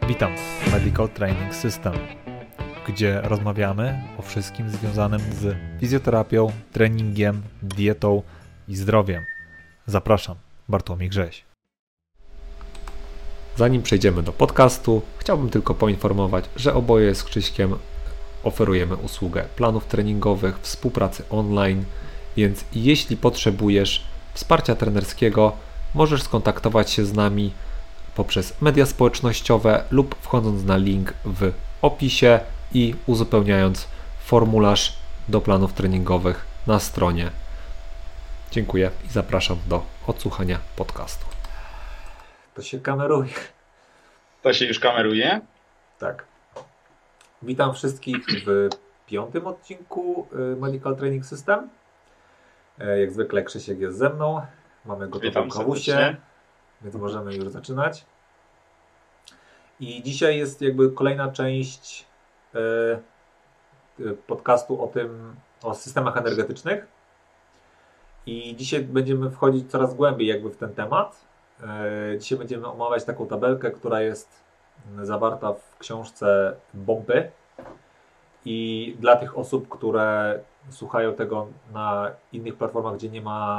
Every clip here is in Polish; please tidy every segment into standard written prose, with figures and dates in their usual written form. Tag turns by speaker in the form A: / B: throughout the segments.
A: Witam w Medical Training System, gdzie rozmawiamy o wszystkim związanym z fizjoterapią, treningiem, dietą i zdrowiem. Zapraszam, Bartłomiej Grześ. Zanim przejdziemy do podcastu, chciałbym tylko poinformować, że oboje z Krzyśkiem oferujemy usługę planów treningowych, współpracy online, więc jeśli potrzebujesz wsparcia trenerskiego, możesz skontaktować się z nami poprzez media społecznościowe lub wchodząc na link w opisie i uzupełniając formularz do planów treningowych na stronie. Dziękuję i zapraszam do odsłuchania podcastu. To się kameruje.
B: To się już kameruje?
A: Tak. Witam wszystkich w 5. odcinku Medical Training System. Jak zwykle Krzysiek jest ze mną. Mamy gotową kawusię, więc możemy już zaczynać. I dzisiaj jest jakby kolejna część podcastu o systemach energetycznych. I dzisiaj będziemy wchodzić coraz głębiej jakby w ten temat. Dzisiaj będziemy omawiać taką tabelkę, która jest zawarta w książce Bompy. I dla tych osób, które słuchają tego na innych platformach, gdzie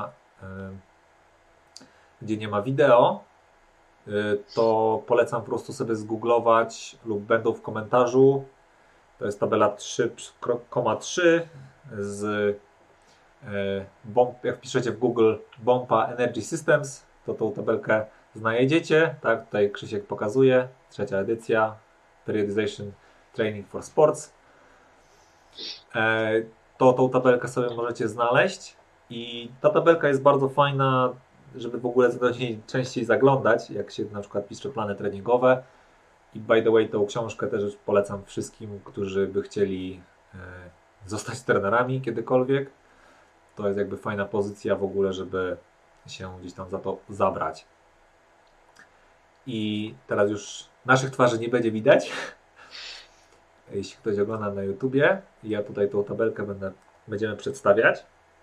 A: nie ma wideo, to polecam po prostu sobie zgooglować lub będą w komentarzu. To jest tabela 3,3 z jak wpiszecie w Google Bompa Energy Systems, to tą tabelkę znajdziecie. Tak, tutaj Krzysiek pokazuje. 3. edycja Periodization Training for Sports. Tą tabelkę sobie możecie znaleźć i ta tabelka jest bardzo fajna, żeby w ogóle do niej częściej zaglądać, jak się na przykład pisze plany treningowe. I by the way, tą książkę też polecam wszystkim, którzy by chcieli zostać trenerami kiedykolwiek. To jest jakby fajna pozycja w ogóle, żeby się gdzieś tam za to zabrać. I teraz już naszych twarzy nie będzie widać. Jeśli ktoś ogląda na YouTubie, ja tutaj tą tabelkę będziemy przedstawiać.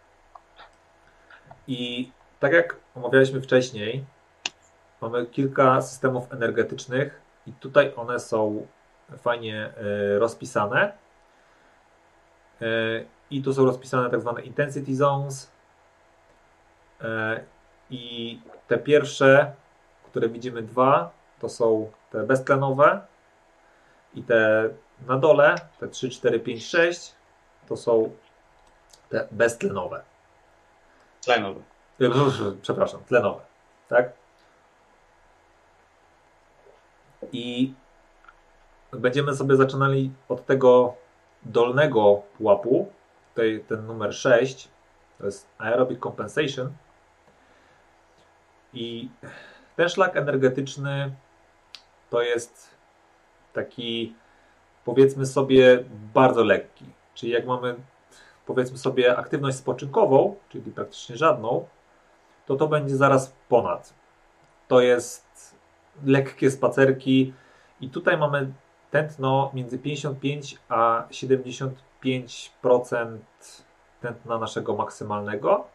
A: I tak jak omawialiśmy wcześniej, mamy kilka systemów energetycznych i tutaj one są fajnie rozpisane. I tu są rozpisane tak zwane intensity zones. I te pierwsze, które widzimy dwa, to są te beztlenowe. I te na dole, te 3, 4, 5, 6, to są te beztlenowe.
B: Tlenowe.
A: Przepraszam, tlenowe. Tak? I będziemy sobie zaczynali od tego dolnego pułapu. Tutaj ten numer 6 to jest aerobic compensation. I ten szlak energetyczny to jest taki, powiedzmy sobie, bardzo lekki. Czyli jak mamy, powiedzmy sobie, aktywność spoczynkową, czyli praktycznie żadną, to będzie zaraz ponad. To jest lekkie spacerki i tutaj mamy tętno między 55 a 75% tętna naszego maksymalnego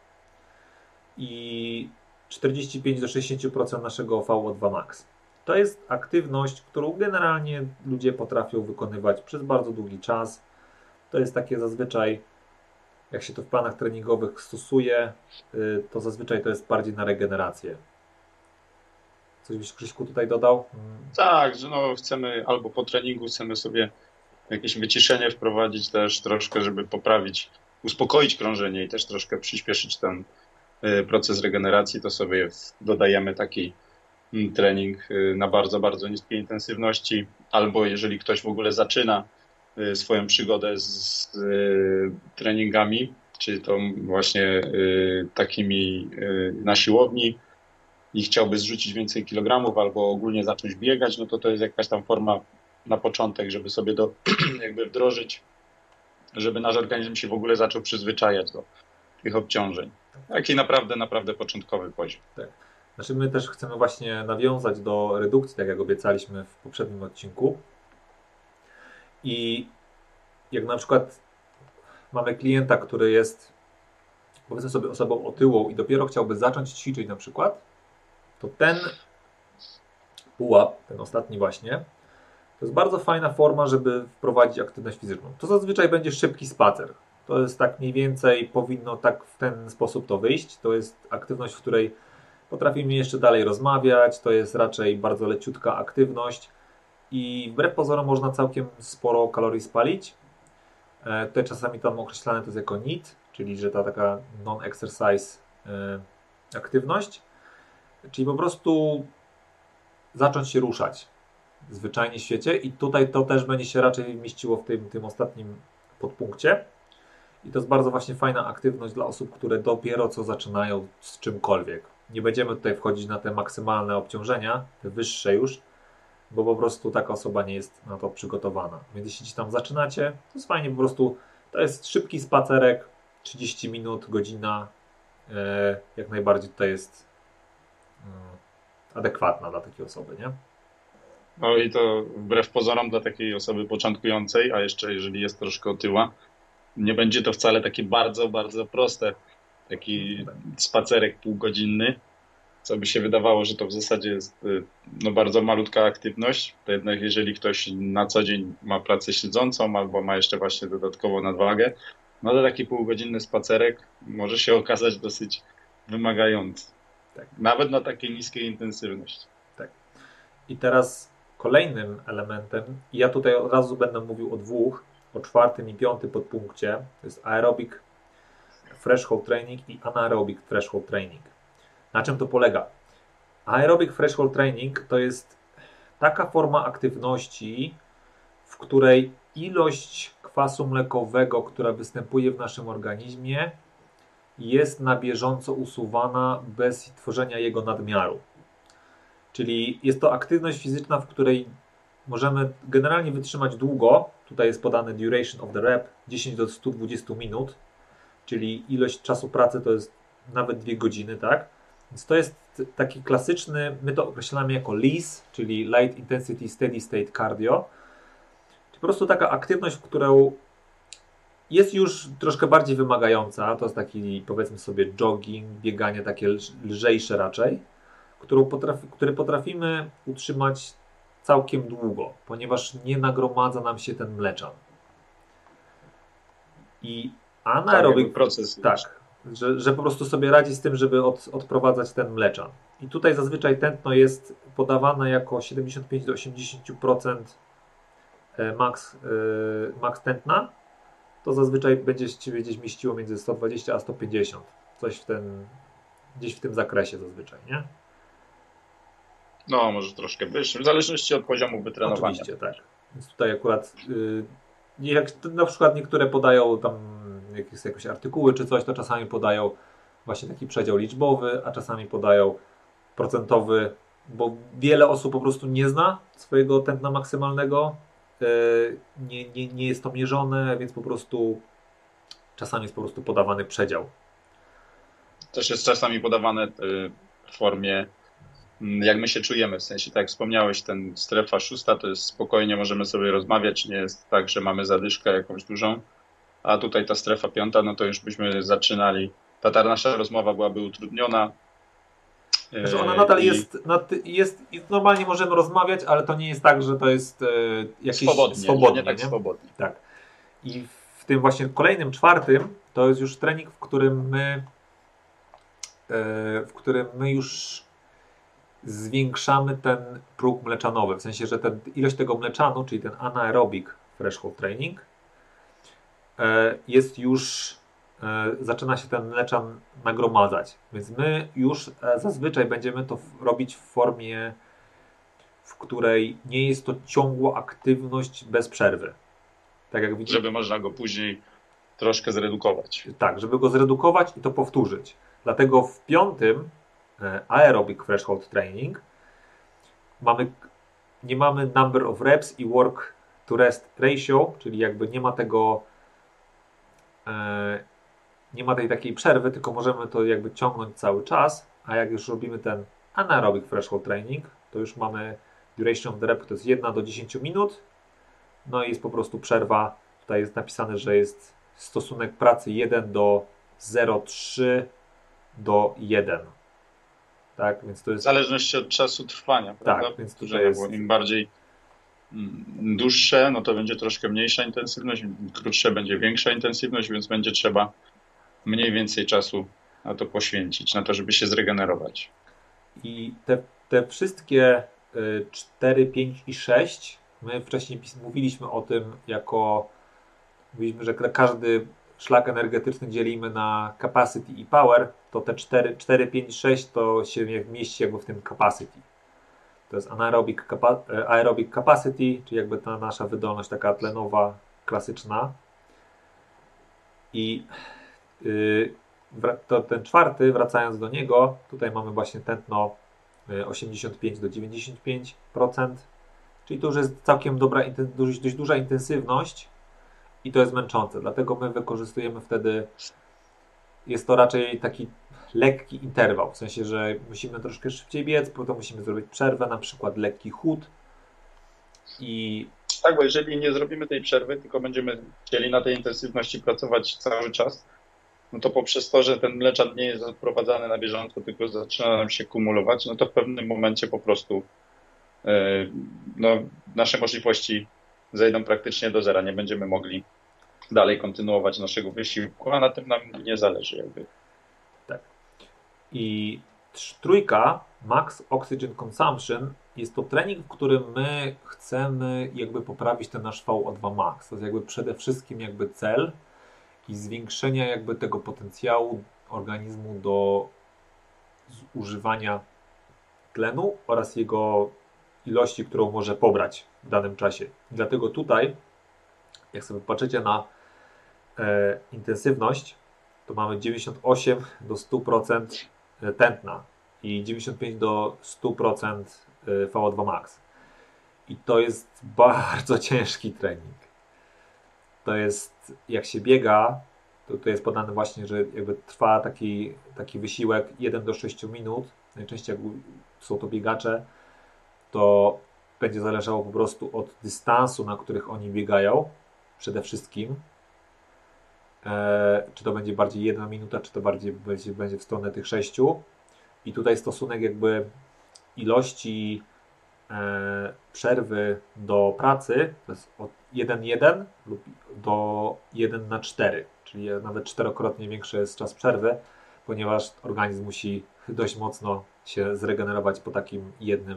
A: i 45 do 60% naszego VO2 max. To jest aktywność, którą generalnie ludzie potrafią wykonywać przez bardzo długi czas. To jest takie zazwyczaj, jak się to w planach treningowych stosuje, to zazwyczaj to jest bardziej na regenerację. Coś byś, Krzyśku, tutaj dodał?
B: Tak, że chcemy albo po treningu chcemy sobie jakieś wyciszenie wprowadzić też troszkę, żeby uspokoić krążenie i też troszkę przyspieszyć ten proces regeneracji, to sobie dodajemy taki trening na bardzo, bardzo niskiej intensywności, albo jeżeli ktoś w ogóle zaczyna swoją przygodę z treningami, czy to właśnie takimi na siłowni i chciałby zrzucić więcej kilogramów albo ogólnie zacząć biegać, to jest jakaś tam forma na początek, żeby sobie jakby wdrożyć, żeby nasz organizm się w ogóle zaczął przyzwyczajać do tych obciążeń. Taki naprawdę, naprawdę początkowy poziom.
A: Tak. Znaczy my też chcemy właśnie nawiązać do redukcji, tak jak obiecaliśmy w poprzednim odcinku. I jak na przykład mamy klienta, który jest, powiedzmy sobie, osobą otyłą i dopiero chciałby zacząć ćwiczyć na przykład, to ten pułap, ten ostatni właśnie, To jest bardzo fajna forma, żeby wprowadzić aktywność fizyczną. To zazwyczaj będzie szybki spacer. To jest tak mniej więcej, powinno tak w ten sposób to wyjść. To jest aktywność, w której potrafimy jeszcze dalej rozmawiać. To jest raczej bardzo leciutka aktywność i wbrew pozorom można całkiem sporo kalorii spalić. Tutaj czasami tam określane to jest jako NEAT, czyli że ta taka non-exercise aktywność. Czyli po prostu zacząć się ruszać zwyczajnie w świecie i tutaj to też będzie się raczej mieściło w tym ostatnim podpunkcie. I to jest bardzo właśnie fajna aktywność dla osób, które dopiero co zaczynają z czymkolwiek. Nie będziemy tutaj wchodzić na te maksymalne obciążenia, te wyższe już, bo po prostu taka osoba nie jest na to przygotowana. Więc jeśli tam zaczynacie, to jest fajnie po prostu, to jest szybki spacerek, 30 minut, godzina, jak najbardziej tutaj jest adekwatna dla takiej osoby, nie?
B: No i to wbrew pozorom dla takiej osoby początkującej, a jeszcze jeżeli jest troszkę otyła, nie będzie to wcale takie bardzo, bardzo proste. Taki spacerek półgodzinny, co by się wydawało, że to w zasadzie jest no, bardzo malutka aktywność. To jednak jeżeli ktoś na co dzień ma pracę siedzącą albo ma jeszcze właśnie dodatkowo nadwagę, no to taki półgodzinny spacerek może się okazać dosyć wymagający.
A: Tak.
B: Nawet na takiej niskiej intensywności.
A: Tak. I teraz kolejnym elementem, i ja tutaj od razu będę mówił o dwóch, o czwartym i piątym podpunkcie, to jest aerobic threshold training i anaerobic threshold training. Na czym to polega? Aerobic threshold training to jest taka forma aktywności, w której ilość kwasu mlekowego, która występuje w naszym organizmie, jest na bieżąco usuwana bez tworzenia jego nadmiaru. Czyli jest to aktywność fizyczna, w której możemy generalnie wytrzymać długo. Tutaj jest podane duration of the rep 10 do 120 minut, czyli ilość czasu pracy to jest nawet 2 godziny, tak? Więc to jest taki klasyczny, my to określamy jako LISS, czyli Light Intensity Steady State Cardio. Czyli po prostu taka aktywność, w którą jest już troszkę bardziej wymagająca. To jest taki, powiedzmy sobie, jogging, bieganie takie lżejsze raczej, który potrafimy utrzymać całkiem długo, ponieważ nie nagromadza nam się ten mleczan. I anaerobic
B: proces.
A: Tak, że po prostu sobie radzi z tym, żeby odprowadzać ten mleczan. I tutaj zazwyczaj tętno jest podawane jako 75 do 80% max tętna. To zazwyczaj będzie się gdzieś mieściło między 120 a 150. Coś gdzieś w tym zakresie zazwyczaj, nie?
B: No, może troszkę wyższym, w zależności od poziomu wytrenowania.
A: Oczywiście, tak. Więc tutaj akurat jak na przykład niektóre podają tam jakieś artykuły czy coś, to czasami podają właśnie taki przedział liczbowy, a czasami podają procentowy, bo wiele osób po prostu nie zna swojego tętna maksymalnego, nie jest to mierzone, więc po prostu czasami jest po prostu podawany przedział.
B: Też jest czasami podawane w formie, jak my się czujemy, w sensie tak jak wspomniałeś, ten strefa 6 to jest spokojnie, możemy sobie rozmawiać, nie jest tak, że mamy zadyszkę jakąś dużą, a tutaj ta strefa 5, no to już byśmy zaczynali, ta nasza rozmowa byłaby utrudniona.
A: Znaczy ona nadal jest, normalnie możemy rozmawiać, ale to nie jest tak, że to jest jakieś swobodnie.
B: Nie tak swobodnie.
A: Tak. I w tym właśnie kolejnym, czwartym, to jest już trening, w którym my już zwiększamy ten próg mleczanowy. W sensie, że ilość tego mleczanu, czyli ten anaerobic threshold training, jest już, zaczyna się ten mleczan nagromadzać. Więc my już zazwyczaj będziemy to robić w formie, w której nie jest to ciągła aktywność bez przerwy. Tak jak widzimy.
B: Żeby można go później troszkę zredukować.
A: Tak, żeby go zredukować i to powtórzyć. Dlatego w piątym aerobic threshold training nie mamy number of reps i work to rest ratio, czyli jakby nie ma tej takiej przerwy, tylko możemy to jakby ciągnąć cały czas, a jak już robimy ten anaerobic threshold training, to już mamy duration of the rep, to jest 1 do 10 minut, no i jest po prostu przerwa. Tutaj jest napisane, że jest stosunek pracy 1 do 0,3 do 1. Tak, więc to jest...
B: W zależności od czasu trwania,
A: tak,
B: prawda?
A: Więc tutaj jest...
B: Im bardziej dłuższe, no to będzie troszkę mniejsza intensywność, krótsze będzie większa intensywność, więc będzie trzeba mniej więcej czasu na to poświęcić, na to, żeby się zregenerować.
A: I te wszystkie 4, 5 i 6, my wcześniej mówiliśmy o tym mówiliśmy, że każdy szlak energetyczny dzielimy na capacity i power, to te 4, 5 i 6 to się mieści jakby w tym capacity. To jest aerobic capacity, czyli jakby ta nasza wydolność taka tlenowa, klasyczna. I to ten czwarty, wracając do niego, tutaj mamy właśnie tętno 85 do 95%, czyli to już jest całkiem dość duża intensywność i to jest męczące. Dlatego my wykorzystujemy wtedy, jest to raczej taki lekki interwał, w sensie, że musimy troszkę szybciej biec, potem musimy zrobić przerwę, na przykład lekki chód i
B: Tak, bo jeżeli nie zrobimy tej przerwy, tylko będziemy chcieli na tej intensywności pracować cały czas, no to poprzez to, że ten mleczan nie jest odprowadzany na bieżąco, tylko zaczyna nam się kumulować, no to w pewnym momencie po prostu no, nasze możliwości zejdą praktycznie do zera. Nie będziemy mogli dalej kontynuować naszego wysiłku, a na tym nam nie zależy jakby.
A: tak. I trójka, Max Oxygen Consumption, jest to trening, w którym my chcemy jakby poprawić ten nasz VO2 max. To jest jakby przede wszystkim jakby cel i zwiększenia jakby tego potencjału organizmu do zużywania tlenu oraz jego ilości, którą może pobrać w danym czasie. I dlatego tutaj, jak sobie patrzycie na intensywność, to mamy 98 do 100% tętna i 95 do 100% VO2 max. I to jest bardzo ciężki trening. To jest, jak się biega, to jest podane właśnie, że jakby trwa taki wysiłek 1 do 6 minut. Najczęściej jak są to biegacze, to będzie zależało po prostu od dystansu, na których oni biegają przede wszystkim. Czy to będzie bardziej 1 minuta, czy to bardziej będzie w stronę tych 6. I tutaj stosunek jakby ilości przerwy do pracy to jest od 1,1 lub do 1/4, czyli nawet 4-krotnie większy jest czas przerwy, ponieważ organizm musi dość mocno się zregenerować po takim jednym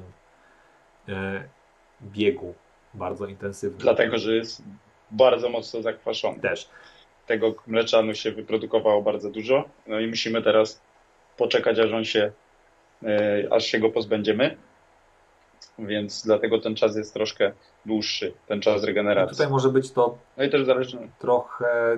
A: biegu bardzo intensywnym.
B: Dlatego, że jest bardzo mocno zakwaszony.
A: Też.
B: Tego mleczanu się wyprodukowało bardzo dużo, no i musimy teraz poczekać, aż się go pozbędziemy. Więc dlatego ten czas jest troszkę dłuższy, ten czas regeneracji.
A: I tutaj może być to
B: no i też zależy
A: trochę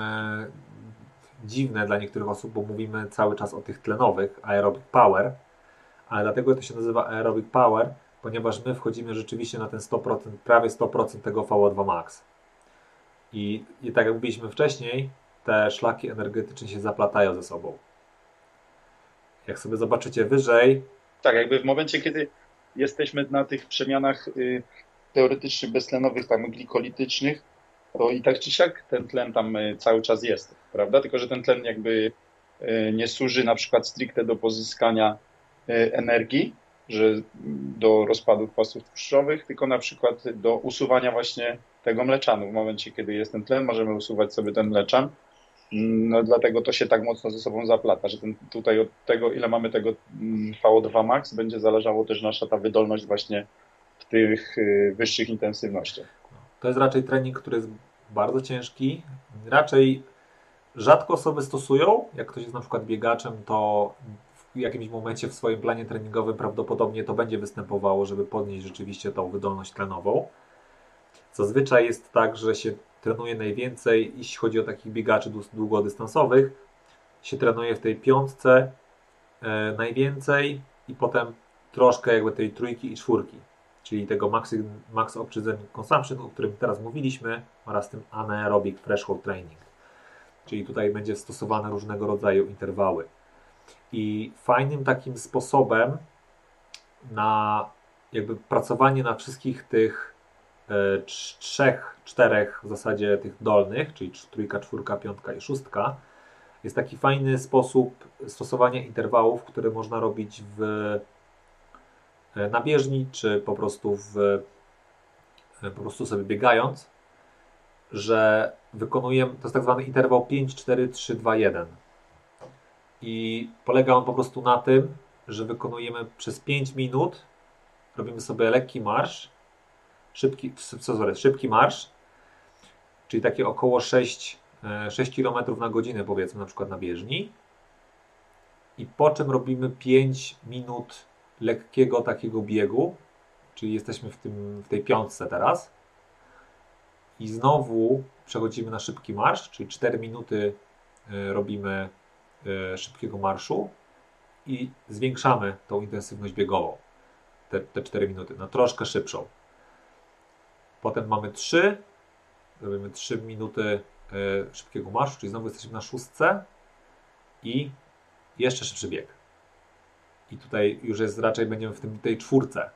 A: dziwne dla niektórych osób, bo mówimy cały czas o tych tlenowych, aerobic power, ale dlatego to się nazywa aerobic power, ponieważ my wchodzimy rzeczywiście na ten 100%, prawie 100% tego VO2 max. I tak jak mówiliśmy wcześniej, te szlaki energetyczne się zaplatają ze sobą. Jak sobie zobaczycie wyżej...
B: Tak, jakby w momencie, kiedy jesteśmy na tych przemianach teoretycznych, beztlenowych, tam glikolitycznych, to i tak czy siak ten tlen tam cały czas jest, prawda? Tylko że ten tlen jakby nie służy na przykład stricte do pozyskania energii, że do rozpadu kwasów tłuszczowych, tylko na przykład do usuwania właśnie tego mleczanu. W momencie, kiedy jest ten tlen, możemy usuwać sobie ten mleczan. No dlatego to się tak mocno ze sobą zaplata, że tutaj od tego, ile mamy tego VO2 max, będzie zależało też nasza ta wydolność właśnie w tych wyższych intensywnościach.
A: To jest raczej trening, który jest bardzo ciężki. Raczej rzadko osoby stosują. Jak ktoś jest na przykład biegaczem, to w jakimś momencie w swoim planie treningowym prawdopodobnie to będzie występowało, żeby podnieść rzeczywiście tą wydolność tlenową. Zazwyczaj jest tak, że się trenuje najwięcej, jeśli chodzi o takich biegaczy długodystansowych, się trenuje w tej piątce najwięcej i potem troszkę jakby tej trójki i czwórki, czyli tego Max Oxygen Consumption, o którym teraz mówiliśmy, oraz tym anaerobic threshold training. Czyli tutaj będzie stosowane różnego rodzaju interwały. I fajnym takim sposobem na jakby pracowanie na wszystkich tych 3-4 w zasadzie tych dolnych, czyli trójka, czwórka, piątka i szóstka, jest taki fajny sposób stosowania interwałów, które można robić na bieżni, czy po prostu po prostu sobie biegając, że wykonujemy, to jest tak zwany interwał 5, 4, 3, 2, 1. I polega on po prostu na tym, że wykonujemy przez 5 minut, robimy sobie lekki marsz, szybki marsz, czyli takie około 6 km na godzinę, powiedzmy, na przykład na bieżni. I po czym robimy 5 minut lekkiego takiego biegu, czyli jesteśmy w tej piątce teraz. I znowu przechodzimy na szybki marsz, czyli 4 minuty robimy szybkiego marszu i zwiększamy tą intensywność biegową, te 4 minuty, na troszkę szybszą. Potem mamy robimy 3 minuty szybkiego marszu, czyli znowu jesteśmy na 6 i jeszcze szybszy bieg. I tutaj już jest raczej będziemy w tej 4.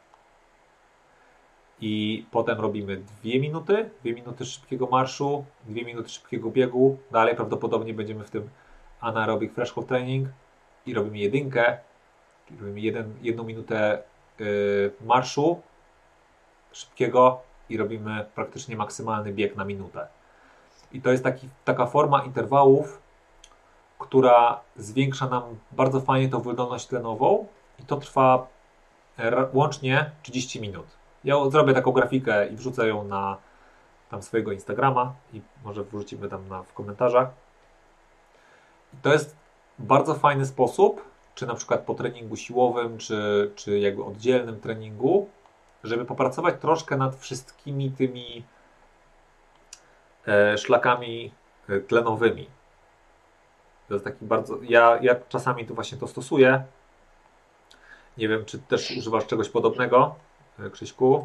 A: I potem robimy 2 minuty jedynkę marszu, 2 minuty szybkiego biegu. Dalej prawdopodobnie będziemy w tym anaerobic threshold training i robimy jedynkę, czyli robimy 1 minutę marszu szybkiego i robimy praktycznie maksymalny bieg na minutę. I to jest taka forma interwałów, która zwiększa nam bardzo fajnie tą wydolność tlenową i to trwa łącznie 30 minut. Ja zrobię taką grafikę i wrzucę ją na tam swojego Instagrama i może wrzucimy tam w komentarzach. I to jest bardzo fajny sposób, czy na przykład po treningu siłowym, czy jakby oddzielnym treningu, żeby popracować troszkę nad wszystkimi tymi szlakami tlenowymi. To jest taki bardzo... Ja czasami tu właśnie to stosuję. Nie wiem, czy też używasz czegoś podobnego, Krzyśku?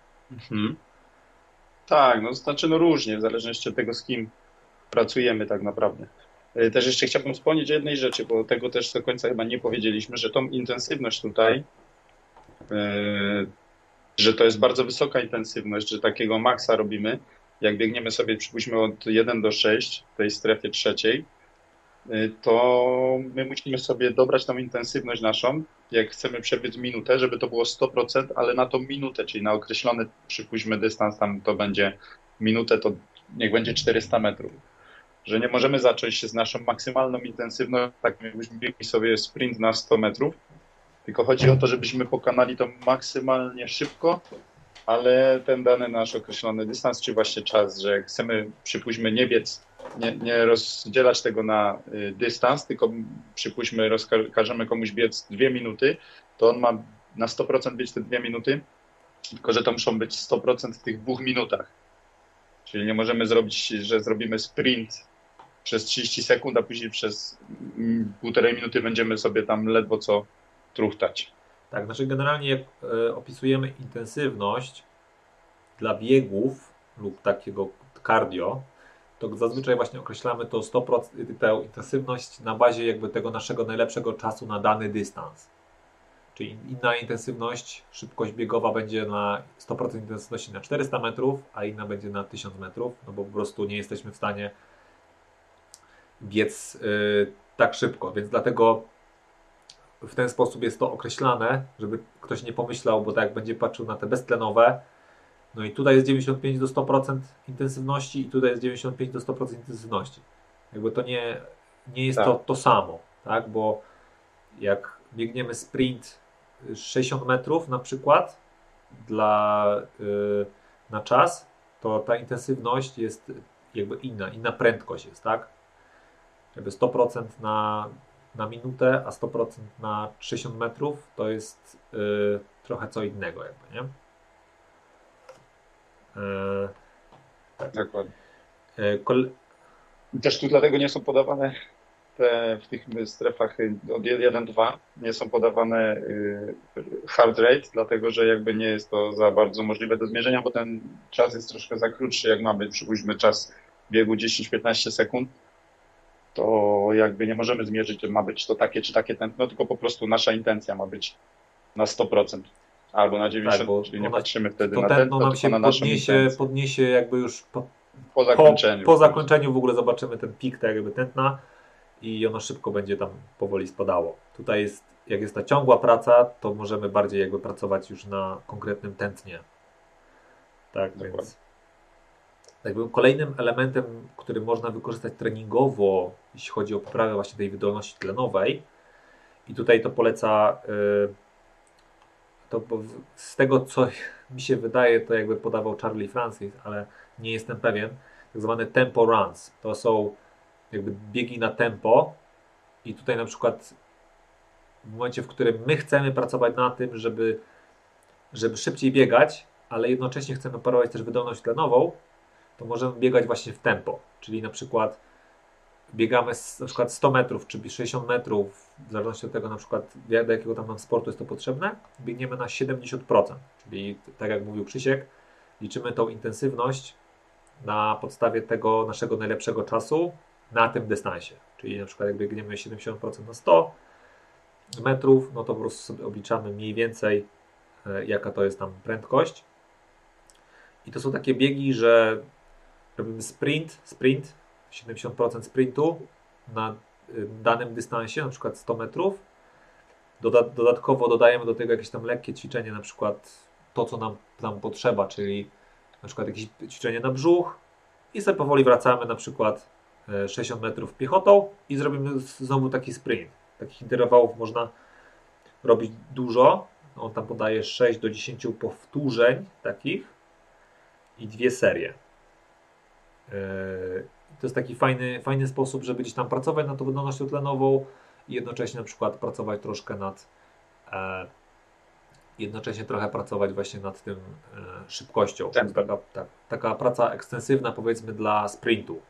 B: Tak, no znaczy różnie, w zależności od tego, z kim pracujemy tak naprawdę. Też jeszcze chciałbym wspomnieć o jednej rzeczy, bo tego też do końca chyba nie powiedzieliśmy, że tą intensywność tutaj, że to jest bardzo wysoka intensywność, że takiego maksa robimy, jak biegniemy sobie, przypuśćmy, od 1 do 6 w tej strefie trzeciej, to my musimy sobie dobrać tą intensywność naszą, jak chcemy przebiec minutę, żeby to było 100%, ale na tą minutę, czyli na określony, przypuśćmy, dystans, tam to będzie minutę, to niech będzie 400 metrów. Że nie możemy zacząć się z naszą maksymalną intensywnością, tak jakbyśmy biegli sobie sprint na 100 metrów, tylko chodzi o to, żebyśmy pokonali to maksymalnie szybko, ale ten dany nasz określony dystans, czy właśnie czas, że jak chcemy, przypuśćmy, nie biec, nie rozdzielać tego na dystans, tylko przypuśćmy, każemy komuś biec 2 minuty, to on ma na 100% biec te 2 minuty, tylko że to muszą być 100% w tych 2 minutach. Czyli nie możemy zrobić, że zrobimy sprint przez 30 sekund, a później przez 1,5 minuty będziemy sobie tam ledwo co truchtać.
A: Tak, znaczy generalnie jak opisujemy intensywność dla biegów lub takiego cardio, to zazwyczaj właśnie określamy to 100%, tę intensywność na bazie jakby tego naszego najlepszego czasu na dany dystans. Czyli inna intensywność, szybkość biegowa będzie na 100% intensywności na 400 metrów, a inna będzie na 1000 metrów, no bo po prostu nie jesteśmy w stanie biec tak szybko, więc dlatego w ten sposób jest to określane, żeby ktoś nie pomyślał, bo tak jak będzie patrzył na te beztlenowe, no i tutaj jest 95 do 100% intensywności i tutaj jest 95 do 100% intensywności. Jakby to nie jest
B: tak.
A: to samo, tak? Bo jak biegniemy sprint 60 metrów na przykład na czas, to ta intensywność jest jakby inna prędkość jest, tak? Jakby 100% na minutę, a 100% na 60 metrów to jest trochę co innego jakby, nie?
B: Tak. Dokładnie. Też tu dlatego nie są podawane w tych strefach od 1-2 nie są podawane hard rate, dlatego że jakby nie jest to za bardzo możliwe do zmierzenia, bo ten czas jest troszkę za krótszy, jak mamy, przypuśćmy, czas biegu 10-15 sekund, to jakby nie możemy zmierzyć, że ma być to takie czy takie tętno, tylko po prostu nasza intencja ma być na 100%. Albo na 90%, czyli nie patrzymy wtedy
A: to
B: na
A: tętno nam się podniesie jakby już po zakończeniu w ogóle zobaczymy ten pik tak jakby tętna i ono szybko będzie tam powoli spadało. Tutaj jest, jak jest ta ciągła praca, to możemy bardziej jakby pracować już na konkretnym tętnie. Tak,
B: Dokładnie.
A: więc jakby kolejnym elementem, który można wykorzystać treningowo, jeśli chodzi o poprawę właśnie tej wydolności tlenowej, i tutaj to poleca, z tego co mi się wydaje, to jakby podawał Charlie Francis, ale nie jestem pewien, tak zwane tempo runs. To są jakby biegi na tempo i tutaj na przykład w momencie, w którym my chcemy pracować na tym, żeby szybciej biegać, ale jednocześnie chcemy operować też wydolność tlenową, to możemy biegać właśnie w tempo. Czyli na przykład biegamy na przykład 100 metrów czy 60 metrów, w zależności od tego na przykład do jakiego tam nam sportu jest to potrzebne, biegniemy na 70%. Czyli tak jak mówił Krzysiek, liczymy tą intensywność na podstawie tego naszego najlepszego czasu na tym dystansie. Czyli na przykład jak biegniemy 70% na 100 metrów, no to po prostu sobie obliczamy mniej więcej jaka to jest tam prędkość. I to są takie biegi, że robimy sprint, 70% sprintu na danym dystansie, na przykład 100 metrów. Dodatkowo dodajemy do tego jakieś tam lekkie ćwiczenie, na przykład to, co nam potrzeba, czyli na przykład jakieś ćwiczenie na brzuch i sobie powoli wracamy na przykład 60 metrów piechotą i zrobimy znowu taki sprint. Takich interwałów można robić dużo. On tam podaje 6 do 10 powtórzeń takich i 2 serie. To jest taki fajny sposób, żeby gdzieś tam pracować nad tą wydolnością tlenową i jednocześnie na przykład pracować troszkę jednocześnie trochę pracować właśnie nad tym szybkością. To jest taka praca ekstensywna, powiedzmy, dla sprintu.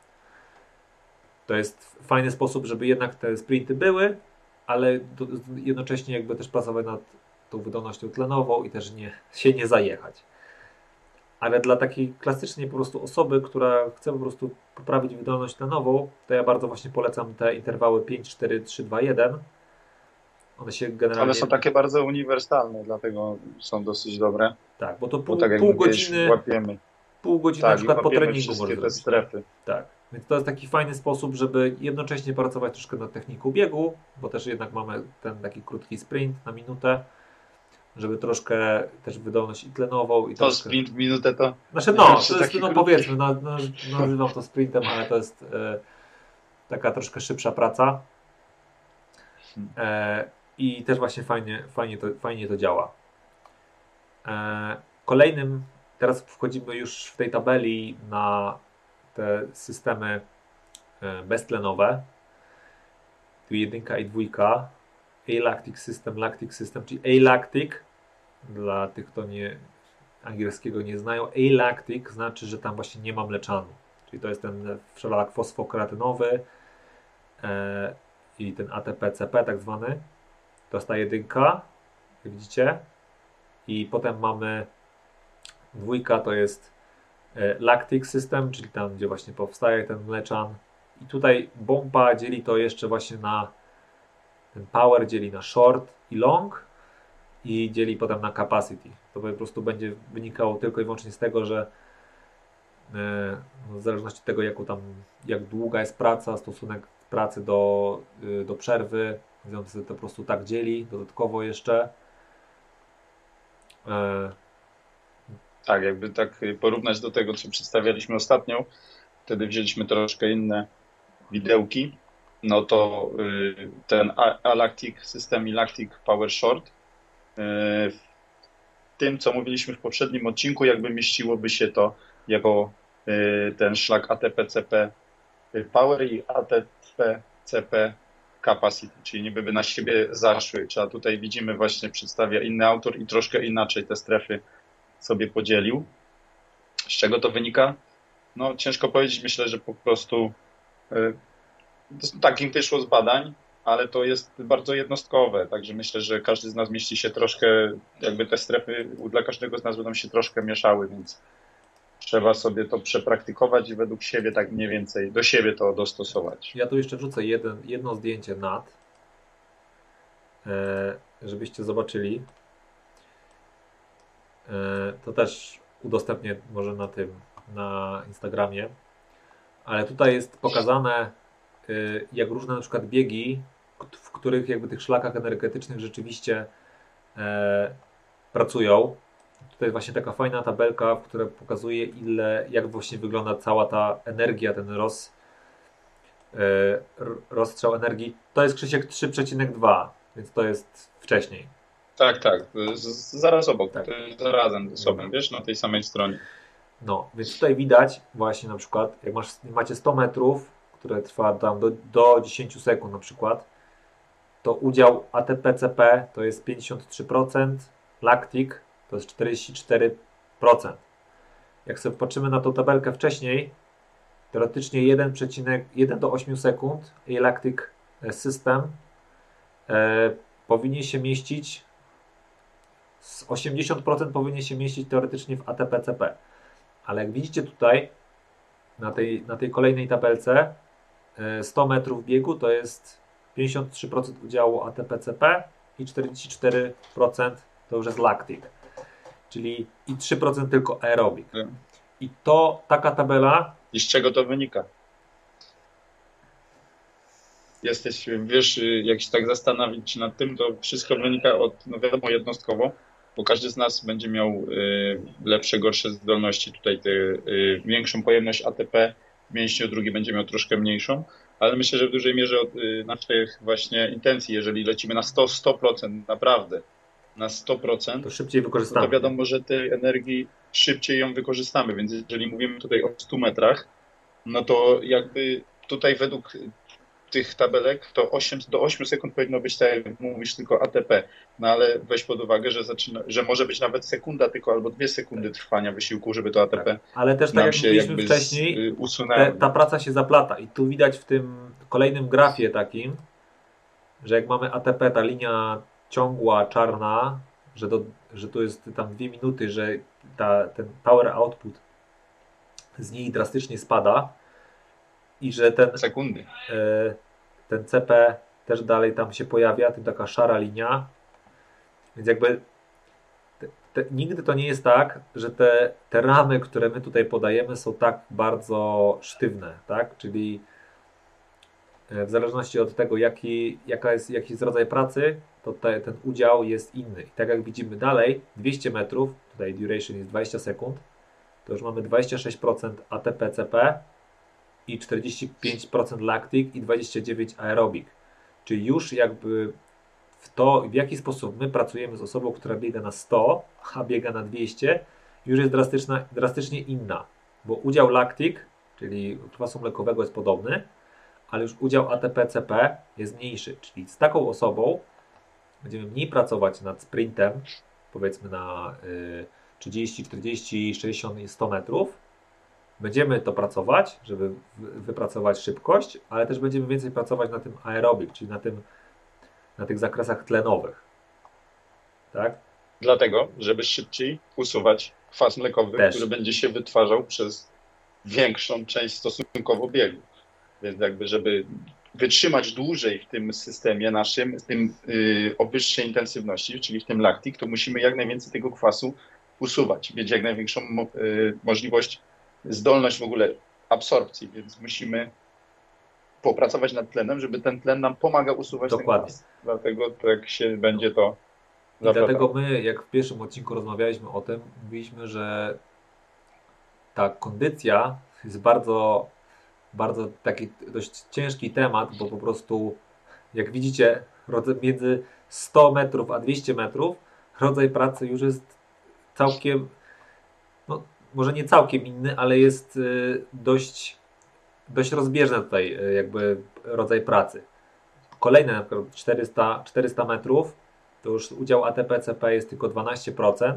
A: To jest fajny sposób, żeby jednak te sprinty były, ale jednocześnie jakby też pracować nad tą wydolnością tlenową i też się nie zajechać. Ale dla takiej klasycznej po prostu osoby, która chce po prostu poprawić wydolność tlenową, to ja bardzo właśnie polecam te interwały 5, 4, 3, 2, 1. One się generalnie...
B: One są takie bardzo uniwersalne, dlatego są dosyć dobre.
A: Tak, bo to
B: pół godziny łapiemy.
A: Pół godziny na przykład po treningu może
B: te strefy.
A: Tak, więc to jest taki fajny sposób, żeby jednocześnie pracować troszkę nad techniką biegu, bo też jednak mamy ten taki krótki sprint na minutę, żeby troszkę też wydolność i tlenową. I
B: to
A: troszkę...
B: sprint w minutę to...
A: Znaczy to jest, powiedzmy, nazywam to sprintem, ale to jest taka troszkę szybsza praca. I też właśnie fajnie to działa. Kolejnym, teraz wchodzimy już w tej tabeli na te systemy beztlenowe. Tu 1 i 2. Alactic System, czyli Alactic, dla tych, kto angielskiego nie znają, Alactic znaczy, że tam właśnie nie ma mleczanu. Czyli to jest ten wszelak fosfokreatynowy i ten ATP-CP tak zwany. To jest ta 1, jak widzicie. I potem mamy 2, to jest Lactic System, czyli tam, gdzie właśnie powstaje ten mleczan. I tutaj bomba dzieli to jeszcze właśnie na ten power, dzieli na short i long i dzieli potem na capacity. To po prostu będzie wynikało tylko i wyłącznie z tego, że w zależności od tego, jak długa jest praca, stosunek pracy do przerwy, więc to po prostu tak dzieli dodatkowo jeszcze.
B: Tak, jakby tak porównać do tego, co przedstawialiśmy ostatnio, wtedy wzięliśmy troszkę inne widełki, no to ten Alactic System i Lactic Power Short w tym, co mówiliśmy w poprzednim odcinku, jakby mieściłoby się to jako ten szlak ATP-CP Power i ATP-CP Capacity, czyli niby by na siebie zaszły. Trzeba tutaj widzimy właśnie przedstawia inny autor i troszkę inaczej te strefy sobie podzielił. Z czego to wynika? No ciężko powiedzieć, myślę, że po prostu takim wyszło z badań, ale to jest bardzo jednostkowe, także myślę, że każdy z nas mieści się troszkę, jakby te strefy dla każdego z nas będą się troszkę mieszały, więc trzeba sobie to przepraktykować i według siebie tak mniej więcej do siebie to dostosować.
A: Ja tu jeszcze wrzucę jedno zdjęcie żebyście zobaczyli. To też udostępnię może na Instagramie, ale tutaj jest pokazane, jak różne na przykład biegi, w których jakby tych szlakach energetycznych rzeczywiście pracują. tutaj właśnie taka fajna tabelka, która pokazuje jak właśnie wygląda cała ta energia, ten rozstrzał energii. To jest, Krzysiek, 3,2, więc to jest wcześniej.
B: Tak, zaraz obok,
A: Tak.
B: to jest zarazem ze sobą, wiesz, na tej samej stronie.
A: No, więc tutaj widać właśnie na przykład, jak macie 100 metrów, które trwa tam do 10 sekund na przykład, to udział ATP-CP to jest 53%, lactic to jest 44%. Jak sobie patrzymy na tą tabelkę wcześniej, teoretycznie 1,1 do 8 sekund i lactic system powinien się mieścić, z 80% powinien się mieścić teoretycznie w ATP-CP. Ale jak widzicie tutaj na tej kolejnej tabelce 100 metrów biegu to jest 53% udziału ATP-CP i 44% to już jest lactic, czyli i 3% tylko aerobik. I to taka tabela.
B: I z czego to wynika? Wiesz, jak się tak zastanowić nad tym, to wszystko wynika od, no wiadomo, jednostkowo, bo każdy z nas będzie miał lepsze, gorsze zdolności. Tutaj większą pojemność ATP w mięśniu, drugi będzie miał troszkę mniejszą, ale myślę, że w dużej mierze od naszych właśnie intencji, jeżeli lecimy na 100%, naprawdę na 100%,
A: to szybciej wykorzystamy.
B: To wiadomo, że tej energii szybciej ją wykorzystamy, więc jeżeli mówimy tutaj o 100 metrach, no to jakby tutaj według tych tabelek to do 8 sekund powinno być, tak jak mówisz, tylko ATP. No ale weź pod uwagę, że może być nawet sekunda tylko albo 2 sekundy trwania wysiłku, żeby to ATP
A: tak. Ale też tak
B: nam
A: jak
B: się
A: mówiliśmy
B: jakby
A: wcześniej,
B: usunęło.
A: Ta praca się zaplata i tu widać w tym kolejnym grafie takim, że jak mamy ATP, ta linia ciągła, czarna, że tu jest tam 2 minuty, że ten power output z niej drastycznie spada i że
B: sekundy.
A: Ten CP też dalej tam się pojawia, tym taka szara linia. Więc jakby nigdy to nie jest tak, że te ramy, które my tutaj podajemy, są tak bardzo sztywne, tak? Czyli w zależności od tego, jaki jest rodzaj pracy, to ten udział jest inny. I tak jak widzimy dalej, 200 metrów, tutaj duration jest 20 sekund, to już mamy 26% ATP-CP i 45% lactic i 29% aerobik. Czyli już jakby w jaki sposób my pracujemy z osobą, która biega na 100, a biega na 200, już jest drastycznie inna. Bo udział lactic, czyli kwasu mlekowego, jest podobny, ale już udział ATP-CP jest mniejszy. Czyli z taką osobą będziemy mniej pracować nad sprintem, powiedzmy na 30, 40, 60 i 100 metrów. Będziemy to pracować, żeby wypracować szybkość, ale też będziemy więcej pracować na tym aerobik, czyli na tych zakresach tlenowych. Tak?
B: Dlatego, żeby szybciej usuwać kwas mlekowy, który będzie się wytwarzał przez większą część stosunkowo biegu. Więc jakby, żeby wytrzymać dłużej w tym systemie naszym, w tym o wyższej intensywności, czyli w tym lactic, to musimy jak najwięcej tego kwasu usuwać, mieć jak największą możliwość, zdolność w ogóle absorpcji, więc musimy popracować nad tlenem, żeby ten tlen nam pomagał usuwać ten kwas. Dlatego tak się będzie to zaplatało.
A: Dlatego my, jak w pierwszym odcinku rozmawialiśmy o tym, mówiliśmy, że ta kondycja jest bardzo, bardzo taki dość ciężki temat, bo po prostu, jak widzicie, między 100 metrów a 200 metrów rodzaj pracy już jest całkiem, no może nie całkiem inny, ale jest dość rozbieżny tutaj jakby rodzaj pracy. Kolejne na przykład 400 metrów to już udział ATP-CP jest tylko 12%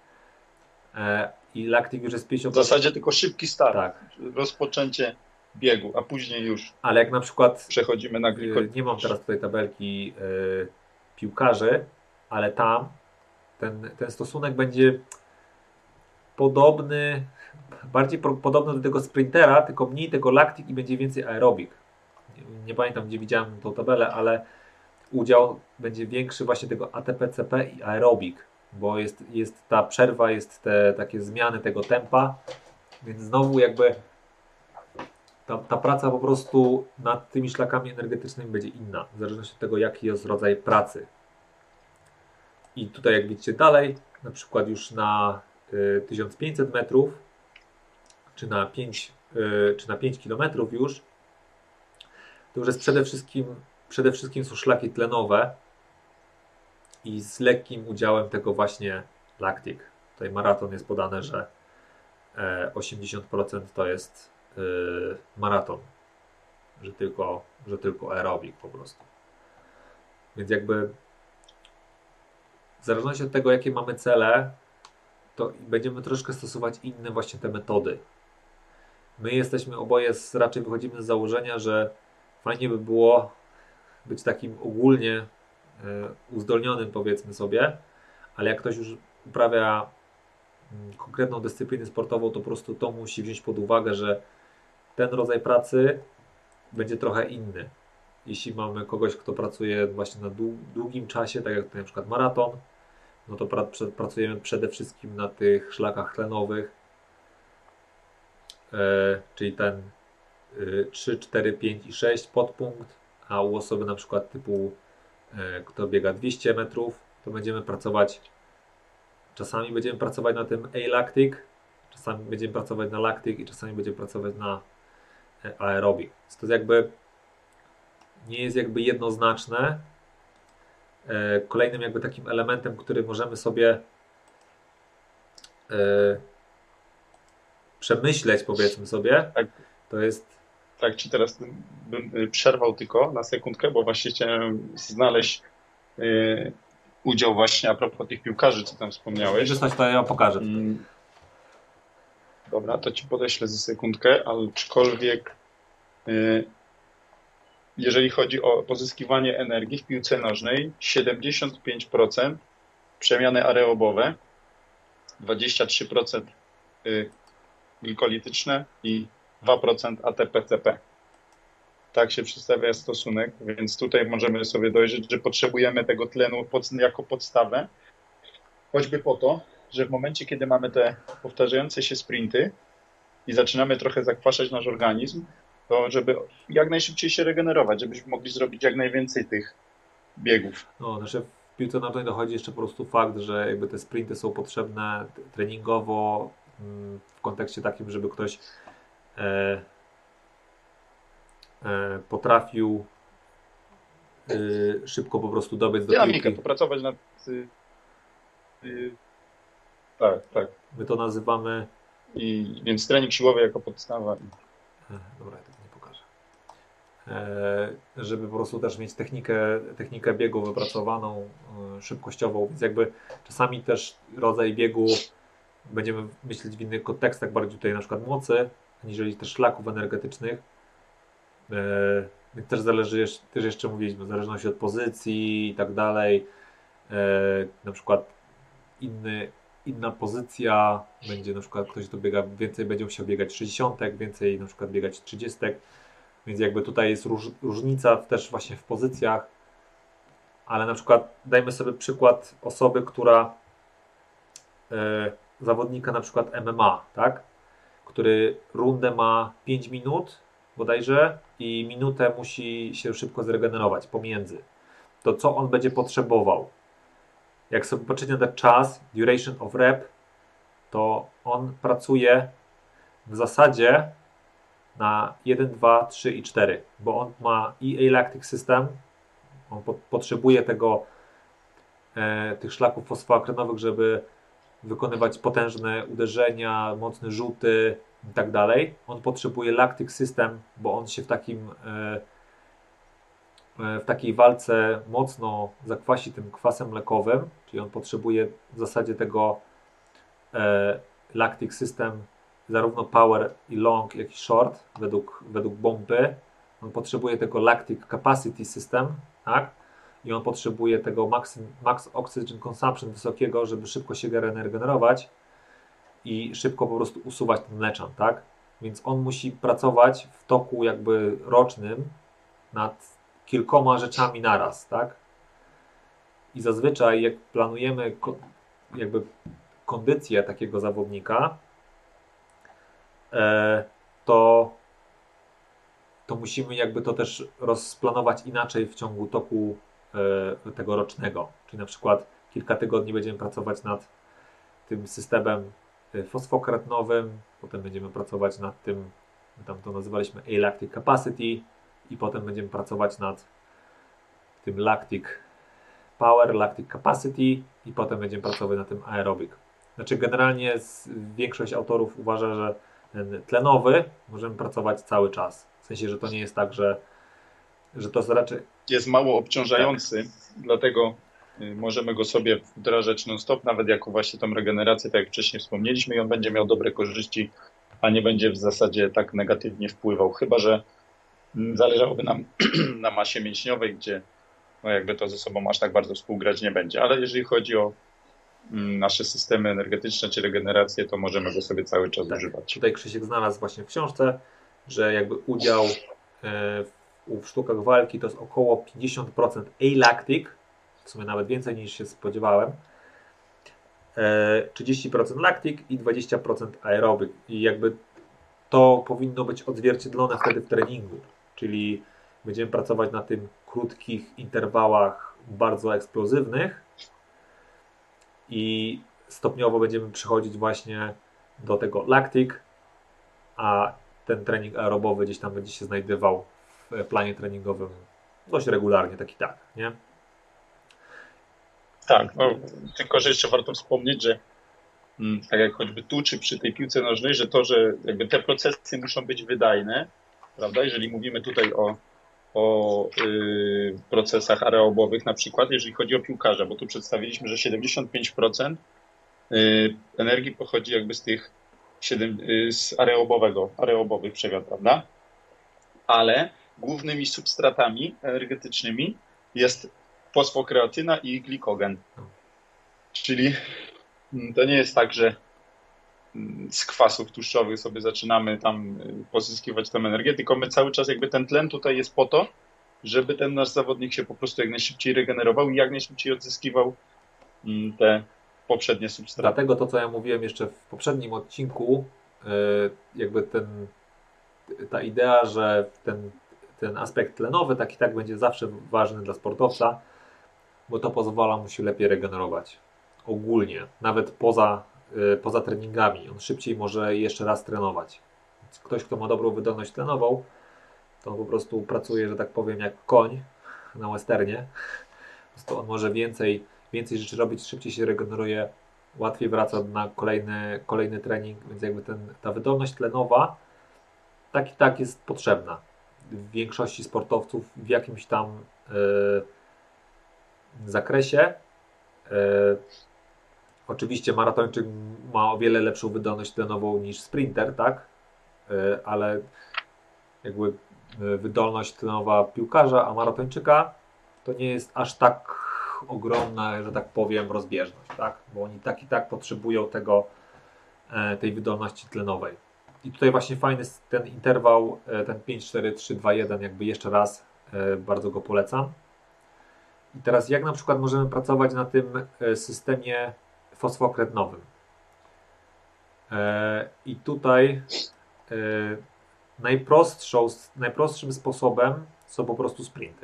A: i lactic już jest 50%.
B: W zasadzie tylko szybki start,
A: tak.
B: Rozpoczęcie biegu, a później już
A: ale jak na przykład
B: przechodzimy na glikogen.
A: Nie mam teraz tutaj tabelki piłkarzy, ale tam ten stosunek będzie podobny, bardziej podobny do tego sprintera, tylko mniej tego lactic i będzie więcej aerobik. Nie pamiętam, gdzie widziałem tą tabelę, ale udział będzie większy właśnie tego ATP-CP i aerobik, bo jest ta przerwa, jest te takie zmiany tego tempa, więc znowu jakby ta praca po prostu nad tymi szlakami energetycznymi będzie inna, w zależności od tego, jaki jest rodzaj pracy. I tutaj jak widzicie dalej, na przykład już na 1500 metrów, czy na 5 kilometrów już, to już jest przede wszystkim są szlaki tlenowe i z lekkim udziałem tego właśnie lactic. Tutaj maraton jest podane, że 80% to jest maraton, że tylko aerobik po prostu. Więc jakby w zależności od tego, jakie mamy cele, to będziemy troszkę stosować inne właśnie te metody. My jesteśmy oboje, raczej wychodzimy z założenia, że fajnie by było być takim ogólnie uzdolnionym, powiedzmy sobie, ale jak ktoś już uprawia konkretną dyscyplinę sportową, to po prostu to musi wziąć pod uwagę, że ten rodzaj pracy będzie trochę inny. Jeśli mamy kogoś, kto pracuje właśnie na długim czasie, tak jak na przykład maraton, no to pracujemy przede wszystkim na tych szlakach tlenowych, czyli ten 3, 4, 5 i 6 podpunkt, a u osoby na przykład typu kto biega 200 metrów, to czasami będziemy pracować na tym alactic, czasami będziemy pracować na lactic i czasami będziemy pracować na aerobik. To jakby nie jest jakby jednoznaczne. Kolejnym jakby takim elementem, który możemy sobie przemyśleć, powiedzmy sobie,
B: Tak.
A: to jest...
B: Tak, ci teraz bym przerwał tylko na sekundkę, bo właśnie chciałem znaleźć udział właśnie a propos tych piłkarzy, co tam wspomniałeś.
A: Wysłać to ja pokażę.
B: Dobra, to ci podeślę za sekundkę, aczkolwiek jeżeli chodzi o pozyskiwanie energii w piłce nożnej, 75% przemiany aerobowe, 23% glikolityczne i 2% ATP-CP. Tak się przedstawia stosunek, więc tutaj możemy sobie dojrzeć, że potrzebujemy tego tlenu jako podstawę, choćby po to, że w momencie, kiedy mamy te powtarzające się sprinty i zaczynamy trochę zakwaszać nasz organizm, to żeby jak najszybciej się regenerować, żebyśmy mogli zrobić jak najwięcej tych biegów.
A: No, znaczy w piłce nożnej dochodzi jeszcze po prostu fakt, że jakby te sprinty są potrzebne treningowo w kontekście takim, żeby ktoś potrafił szybko po prostu dobiec do
B: dynamikę,
A: piłki.
B: popracować nad... Tak.
A: My to nazywamy...
B: Więc trening siłowy jako podstawa.
A: Dobra, ja tego nie pokażę. Żeby po prostu też mieć technikę biegu wypracowaną, szybkościową, więc jakby czasami też rodzaj biegu będziemy myśleć w innych kontekstach, bardziej tutaj na przykład mocy, aniżeli też szlaków energetycznych. Też zależy, też jeszcze mówiliśmy, w zależności od pozycji i tak dalej. Na przykład inna pozycja będzie, na przykład ktoś dobiega więcej, będzie musiał biegać 60, więcej na przykład biegać 30, więc jakby tutaj jest różnica też właśnie w pozycjach, ale na przykład dajmy sobie przykład osoby, która zawodnika na przykład MMA, tak? Który rundę ma 5 minut bodajże i minutę musi się szybko zregenerować pomiędzy. To co on będzie potrzebował? Jak sobie patrzycie na ten czas, duration of rep, to on pracuje w zasadzie na 1, 2, 3 i 4, bo on ma i alactic system, on potrzebuje tych szlaków fosfoakrenowych, żeby wykonywać potężne uderzenia, mocne rzuty i tak dalej. On potrzebuje lactic system, bo on się w takiej walce mocno zakwasi tym kwasem mlekowym, czyli on potrzebuje w zasadzie tego lactic system, zarówno power i long, jak i short, według bomby. On potrzebuje tego lactic capacity system, tak? I on potrzebuje tego max oxygen consumption wysokiego, żeby szybko się regenerować i szybko po prostu usuwać ten mleczan, tak? Więc on musi pracować w toku jakby rocznym nad kilkoma rzeczami naraz, tak? I zazwyczaj jak planujemy jakby kondycję takiego zawodnika, to musimy jakby to też rozplanować inaczej w ciągu toku tego rocznego. Czyli na przykład kilka tygodni będziemy pracować nad tym systemem fosfokretnowym, potem będziemy pracować nad tym, tam to nazywaliśmy alactic capacity i potem będziemy pracować nad tym lactic power, lactic capacity i potem będziemy pracować nad tym aerobic. Znaczy generalnie większość autorów uważa, że ten tlenowy możemy pracować cały czas. W sensie, że to nie jest tak, że to raczej
B: jest mało obciążający, dlatego możemy go sobie wdrażać non-stop, nawet jako właśnie tą regenerację, tak jak wcześniej wspomnieliśmy, i on będzie miał dobre korzyści, a nie będzie w zasadzie tak negatywnie wpływał, chyba że zależałoby nam na masie mięśniowej, gdzie no jakby to ze sobą aż tak bardzo współgrać nie będzie, ale jeżeli chodzi o nasze systemy energetyczne czy regenerację, to możemy go sobie cały czas używać.
A: Tutaj Krzysiek znalazł właśnie w książce, że jakby udział w sztukach walki to jest około 50% alactic, w sumie nawet więcej niż się spodziewałem, 30% lactic i 20% aerobic. I jakby to powinno być odzwierciedlone wtedy w treningu, czyli będziemy pracować na tym krótkich interwałach bardzo eksplozywnych i stopniowo będziemy przechodzić właśnie do tego lactic, a ten trening aerobowy gdzieś tam będzie się znajdował w planie treningowym dość regularnie, tak i tak, nie?
B: Tak, no, tylko że jeszcze warto wspomnieć, że tak jak choćby tu, czy przy tej piłce nożnej, że to, że jakby te procesy muszą być wydajne, prawda? Jeżeli mówimy tutaj o procesach aerobowych na przykład, jeżeli chodzi o piłkarza, bo tu przedstawiliśmy, że 75% energii pochodzi jakby z tych z aerobowych przemian, prawda? Ale głównymi substratami energetycznymi jest fosfokreatyna i glikogen. Czyli to nie jest tak, że z kwasów tłuszczowych sobie zaczynamy tam pozyskiwać tę energię, tylko my cały czas jakby ten tlen tutaj jest po to, żeby ten nasz zawodnik się po prostu jak najszybciej regenerował i jak najszybciej odzyskiwał te poprzednie substraty.
A: Dlatego to, co ja mówiłem jeszcze w poprzednim odcinku, jakby ta idea, że ten aspekt tlenowy tak i tak będzie zawsze ważny dla sportowca, bo to pozwala mu się lepiej regenerować. Ogólnie, nawet poza treningami. On szybciej może jeszcze raz trenować. Ktoś, kto ma dobrą wydolność tlenową, to on po prostu pracuje, że tak powiem, jak koń na westernie. Po prostu on może więcej rzeczy robić, szybciej się regeneruje, łatwiej wraca na kolejny trening, więc jakby ta wydolność tlenowa tak i tak jest potrzebna. W większości sportowców w jakimś tam zakresie. Oczywiście maratończyk ma o wiele lepszą wydolność tlenową niż sprinter, tak? Ale jakby wydolność tlenowa piłkarza, a maratończyka to nie jest aż tak ogromna, że tak powiem, rozbieżność, tak? Bo oni tak i tak potrzebują tej wydolności tlenowej. I tutaj właśnie fajny jest ten interwał, ten 5-4-3-2-1, jakby jeszcze raz bardzo go polecam. I teraz jak na przykład możemy pracować na tym systemie fosfokretnowym. I tutaj najprostszym sposobem są po prostu sprinty.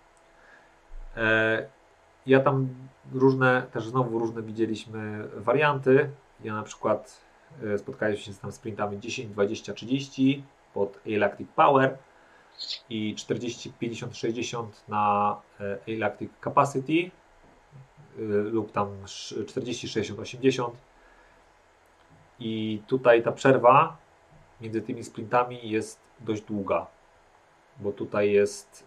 A: Ja tam różne widzieliśmy warianty. Ja na przykład spotkałem się z tam sprintami 10, 20, 30 pod alactic power i 40, 50, 60 na alactic capacity lub tam 40, 60, 80 i tutaj ta przerwa między tymi sprintami jest dość długa, bo tutaj jest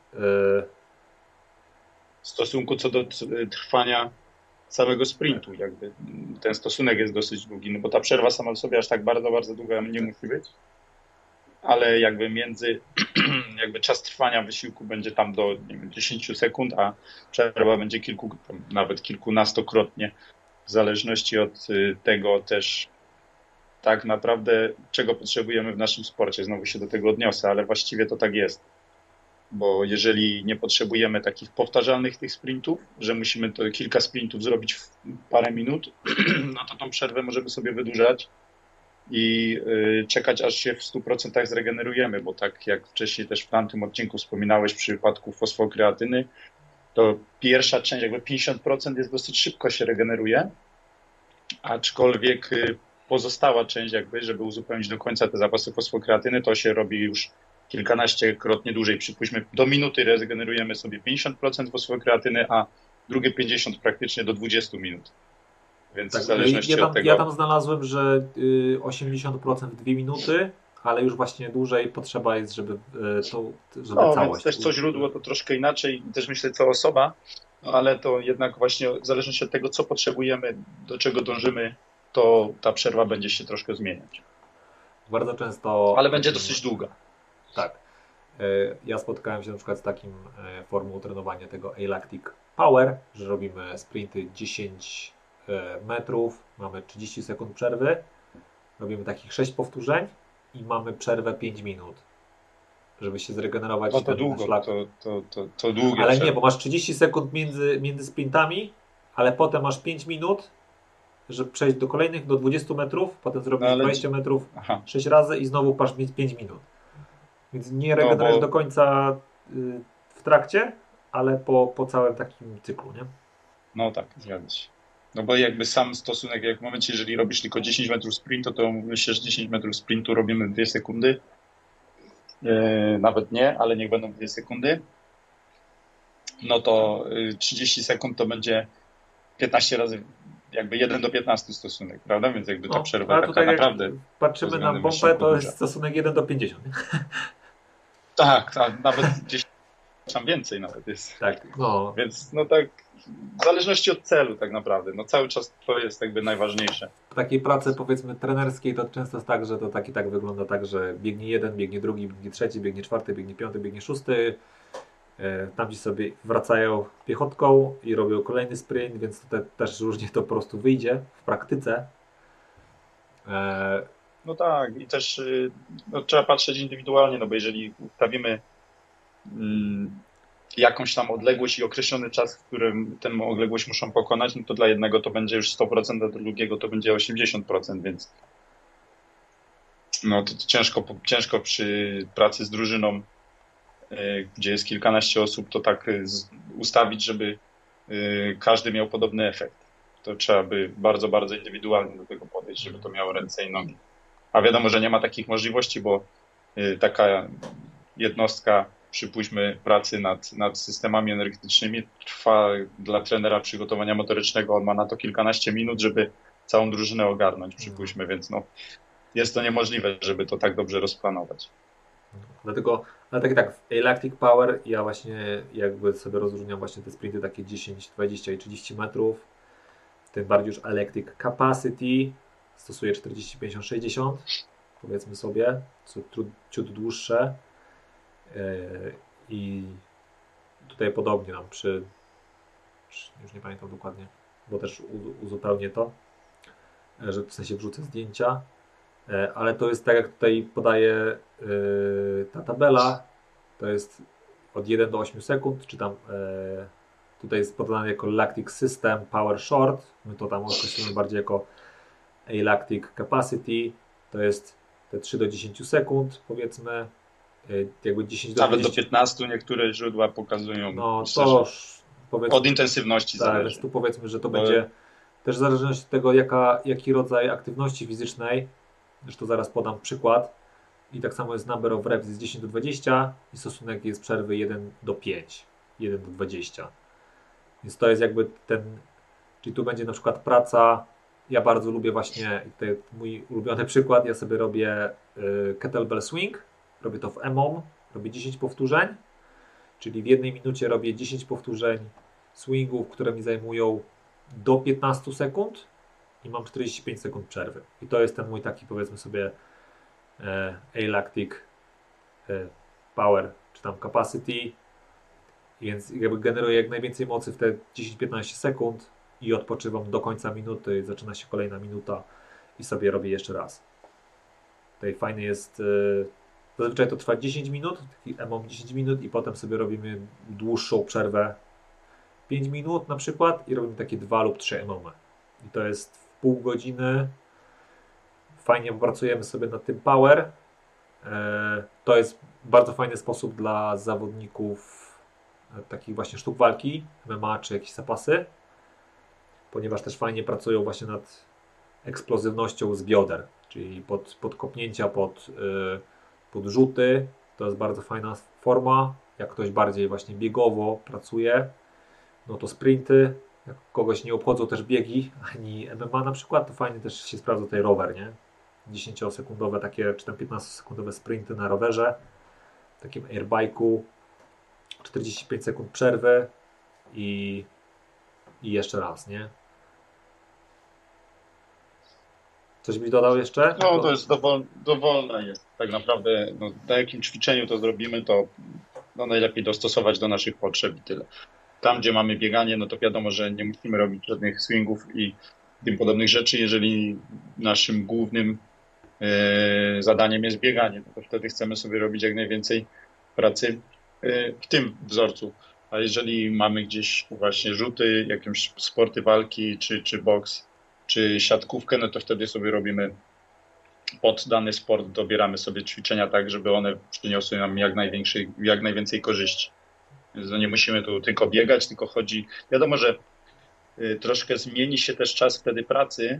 B: w stosunku co do trwania samego sprintu, jakby ten stosunek jest dosyć długi, no bo ta przerwa sama w sobie aż tak bardzo, bardzo długa nie musi być, ale jakby jakby czas trwania wysiłku będzie tam do, nie wiem, 10 sekund, a przerwa będzie nawet kilkunastokrotnie, w zależności od tego też tak naprawdę czego potrzebujemy w naszym sporcie. Znowu się do tego odniosę, ale właściwie to tak jest. Bo jeżeli nie potrzebujemy takich powtarzalnych tych sprintów, że musimy to kilka sprintów zrobić w parę minut, no to tą przerwę możemy sobie wydłużać i czekać, aż się w 100% zregenerujemy, bo tak jak wcześniej też w tamtym odcinku wspominałeś w przypadku fosfokreatyny, to pierwsza część, jakby 50% jest dosyć szybko się regeneruje, aczkolwiek pozostała część jakby, żeby uzupełnić do końca te zapasy fosfokreatyny, to się robi już kilkanaściekrotnie dłużej. Przypuśćmy, do minuty regenerujemy sobie 50% fosfokreatyny, a drugie 50 praktycznie do 20 minut. Więc
A: Tak,
B: w zależności od tego...
A: Ja tam znalazłem, że 80% w 2 minuty, ale już właśnie dłużej potrzeba jest, żeby całość.
B: Więc też co źródło to troszkę inaczej, też myślę co osoba, ale to jednak właśnie w zależności od tego, co potrzebujemy, do czego dążymy, to ta przerwa będzie się troszkę zmieniać.
A: Bardzo często...
B: Ale będzie dosyć długa.
A: Tak. Ja spotkałem się na przykład z takim formą trenowania tego Alactic Power, że robimy sprinty 10 metrów, mamy 30 sekund przerwy, robimy takich 6 powtórzeń i mamy przerwę 5 minut, żeby się zregenerować.
B: No to długo, to długie.
A: Ale nie, bo masz 30 sekund między sprintami, ale potem masz 5 minut, żeby przejść do kolejnych, do 20 metrów, potem zrobić 20 metrów 6 razy i znowu masz mieć 5 minut. Więc nie regenerujesz do końca w trakcie, ale po całym takim cyklu, nie?
B: No tak, zgadza się. No bo jakby sam stosunek, jak w momencie, jeżeli robisz tylko 10 metrów sprintu, to myślę, że 10 metrów sprintu robimy 2 sekundy. Nawet nie, ale niech będą 2 sekundy. No to 30 sekund to będzie 15 razy, jakby 1 do 15 stosunek, prawda? Więc jakby ta przerwa taka naprawdę...
A: Patrzymy na bombę, to jest stosunek 1 do 50. Nie?
B: Tak, nawet gdzieś tam więcej nawet jest.
A: Tak, no.
B: Więc no tak, w zależności od celu tak naprawdę, no cały czas to jest jakby najważniejsze.
A: W takiej pracy powiedzmy trenerskiej to często jest tak, że to tak wygląda tak, że biegnie jeden, biegnie drugi, biegnie trzeci, biegnie czwarty, biegnie piąty, biegnie szósty. Tamci sobie wracają piechotką i robią kolejny sprint, więc to też różnie to po prostu wyjdzie w praktyce.
B: No tak, i też trzeba patrzeć indywidualnie, no bo jeżeli ustawimy jakąś tam odległość i określony czas, w którym tę odległość muszą pokonać, no to dla jednego to będzie już 100%, a dla drugiego to będzie 80%, więc no to ciężko przy pracy z drużyną, gdzie jest kilkanaście osób, to tak ustawić, żeby każdy miał podobny efekt. To trzeba by bardzo, bardzo indywidualnie do tego podejść, żeby to miało ręce i nogi. A wiadomo, że nie ma takich możliwości, bo taka jednostka, przypuśćmy, pracy nad systemami energetycznymi trwa dla trenera przygotowania motorycznego, on ma na to kilkanaście minut, żeby całą drużynę ogarnąć, przypuśćmy, więc no, jest to niemożliwe, żeby to tak dobrze rozplanować.
A: Dlatego tak, w Alactic Power ja właśnie jakby sobie rozróżniam właśnie te sprinty takie 10, 20 i 30 metrów, tym bardziej już Alactic Capacity stosuję 40, 50, 60 powiedzmy sobie, co ciut dłuższe i tutaj podobnie nam już nie pamiętam dokładnie, bo też uzupełnię to, że w sensie wrzucę zdjęcia, ale to jest tak jak tutaj podaje ta tabela, to jest od 1 do 8 sekund, czy tam tutaj jest podane jako Lactic System Power Short, my to tam określimy bardziej jako Alactic Capacity, to jest te 3 do 10 sekund powiedzmy, jakby 10 do
B: Nawet
A: 20.
B: do 15 niektóre źródła pokazują.
A: No to
B: od intensywności
A: tak,
B: zależy.
A: więc tu powiedzmy, że to będzie też w zależności od tego, jaki rodzaj aktywności fizycznej, zresztą zaraz podam przykład, i tak samo jest number of reps jest 10 do 20 i stosunek jest przerwy 1 do 5, 1 do 20. Więc to jest jakby czyli tu będzie na przykład praca, ja bardzo lubię właśnie, mój ulubiony przykład, ja sobie robię kettlebell swing, robię to w EMOM, robię 10 powtórzeń, czyli w jednej minucie robię 10 powtórzeń swingów, które mi zajmują do 15 sekund i mam 45 sekund przerwy. I to jest ten mój taki, powiedzmy sobie, Alactic Power, czy tam Capacity, więc jakby generuję jak najwięcej mocy w te 10-15 sekund i odpoczywam do końca minuty, zaczyna się kolejna minuta i sobie robię jeszcze raz. Tutaj fajny jest, zazwyczaj to trwa 10 minut, taki EMOM 10 minut i potem sobie robimy dłuższą przerwę 5 minut na przykład i robimy takie 2 lub 3 EMOMy. I to jest w pół godziny. Fajnie pracujemy sobie nad tym power. To jest bardzo fajny sposób dla zawodników takich właśnie sztuk walki, MMA czy jakieś zapasy, ponieważ też fajnie pracują właśnie nad eksplozywnością z bioder, czyli pod kopnięcia, pod rzuty. To jest bardzo fajna forma. Jak ktoś bardziej właśnie biegowo pracuje, no to sprinty. Jak kogoś nie obchodzą też biegi, ani MMA na przykład, to fajnie też się sprawdza tutaj rower, nie? 10-sekundowe takie, czy tam 15-sekundowe sprinty na rowerze, takim airbike'u, 45 sekund przerwy i jeszcze raz, nie? Coś byś dodał jeszcze?
B: No to jest dowolne jest. Tak naprawdę no, na jakim ćwiczeniu to zrobimy, to no, najlepiej dostosować do naszych potrzeb i tyle. Tam, gdzie mamy bieganie, no to wiadomo, że nie musimy robić żadnych swingów i tym podobnych rzeczy, jeżeli naszym głównym zadaniem jest bieganie, no to wtedy chcemy sobie robić jak najwięcej pracy w tym wzorcu. A jeżeli mamy gdzieś właśnie rzuty, jakieś sporty walki, czy boks, czy siatkówkę, no to wtedy sobie robimy pod dany sport, dobieramy sobie ćwiczenia tak, żeby one przyniosły nam jak najwięcej korzyści. Więc no nie musimy tu tylko biegać, tylko chodzi... Wiadomo, że troszkę zmieni się też czas wtedy pracy,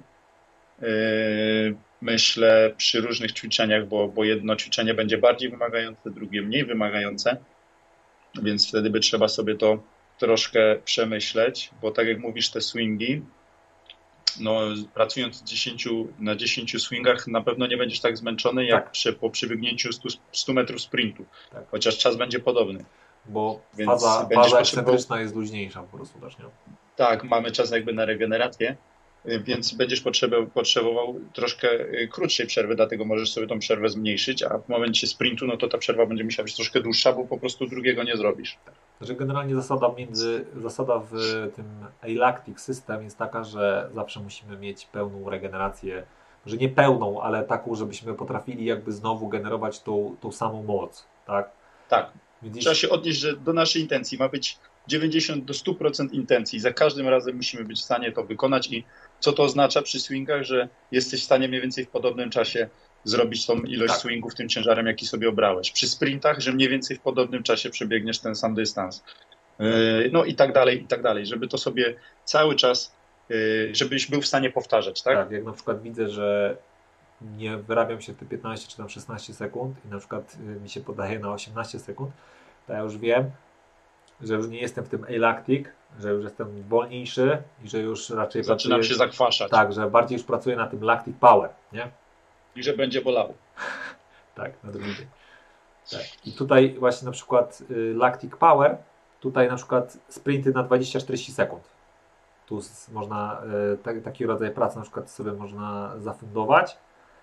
B: myślę, przy różnych ćwiczeniach, bo jedno ćwiczenie będzie bardziej wymagające, drugie mniej wymagające, więc wtedy by trzeba sobie to troszkę przemyśleć, bo tak jak mówisz, te swingi, no pracując na 10 swingach na pewno nie będziesz tak zmęczony jak po przebiegnięciu 100 metrów sprintu, chociaż czas będzie podobny.
A: Bo faza ekscentryczna jest luźniejsza po prostu też, nie?
B: Tak, mamy czas jakby na regenerację, więc będziesz potrzebował troszkę krótszej przerwy, dlatego możesz sobie tą przerwę zmniejszyć, a w momencie sprintu, no to ta przerwa będzie musiała być troszkę dłuższa, bo po prostu drugiego nie zrobisz.
A: Znaczy generalnie zasada w tym Eilactic System jest taka, że zawsze musimy mieć pełną regenerację, może nie pełną, ale taką, żebyśmy potrafili jakby znowu generować tą samą moc, tak?
B: Tak. Trzeba się odnieść, że do naszej intencji ma być 90 do 100% intencji. Za każdym razem musimy być w stanie to wykonać i co to oznacza przy swingach, że jesteś w stanie mniej więcej w podobnym czasie zrobić tą ilość swingów tym ciężarem, jaki sobie obrałeś. Przy sprintach, że mniej więcej w podobnym czasie przebiegniesz ten sam dystans. No i tak dalej, żeby to sobie cały czas, żebyś był w stanie powtarzać, tak?
A: Tak, jak na przykład widzę, że nie wyrabiam się te 15 czy tam 16 sekund i na przykład mi się podaje na 18 sekund, to ja już wiem, że już nie jestem w tym Eilactic, że już jestem wolniejszy i że już raczej
B: zaczynam się zakwaszać.
A: Tak, że bardziej już pracuję na tym Lactic Power, nie?
B: I że będzie bolało.
A: Tak, na drugi dzień. Tak. I tutaj właśnie na przykład Lactic Power, tutaj na przykład sprinty na 20-40 sekund. Tu można taki rodzaj pracy na przykład sobie można zafundować.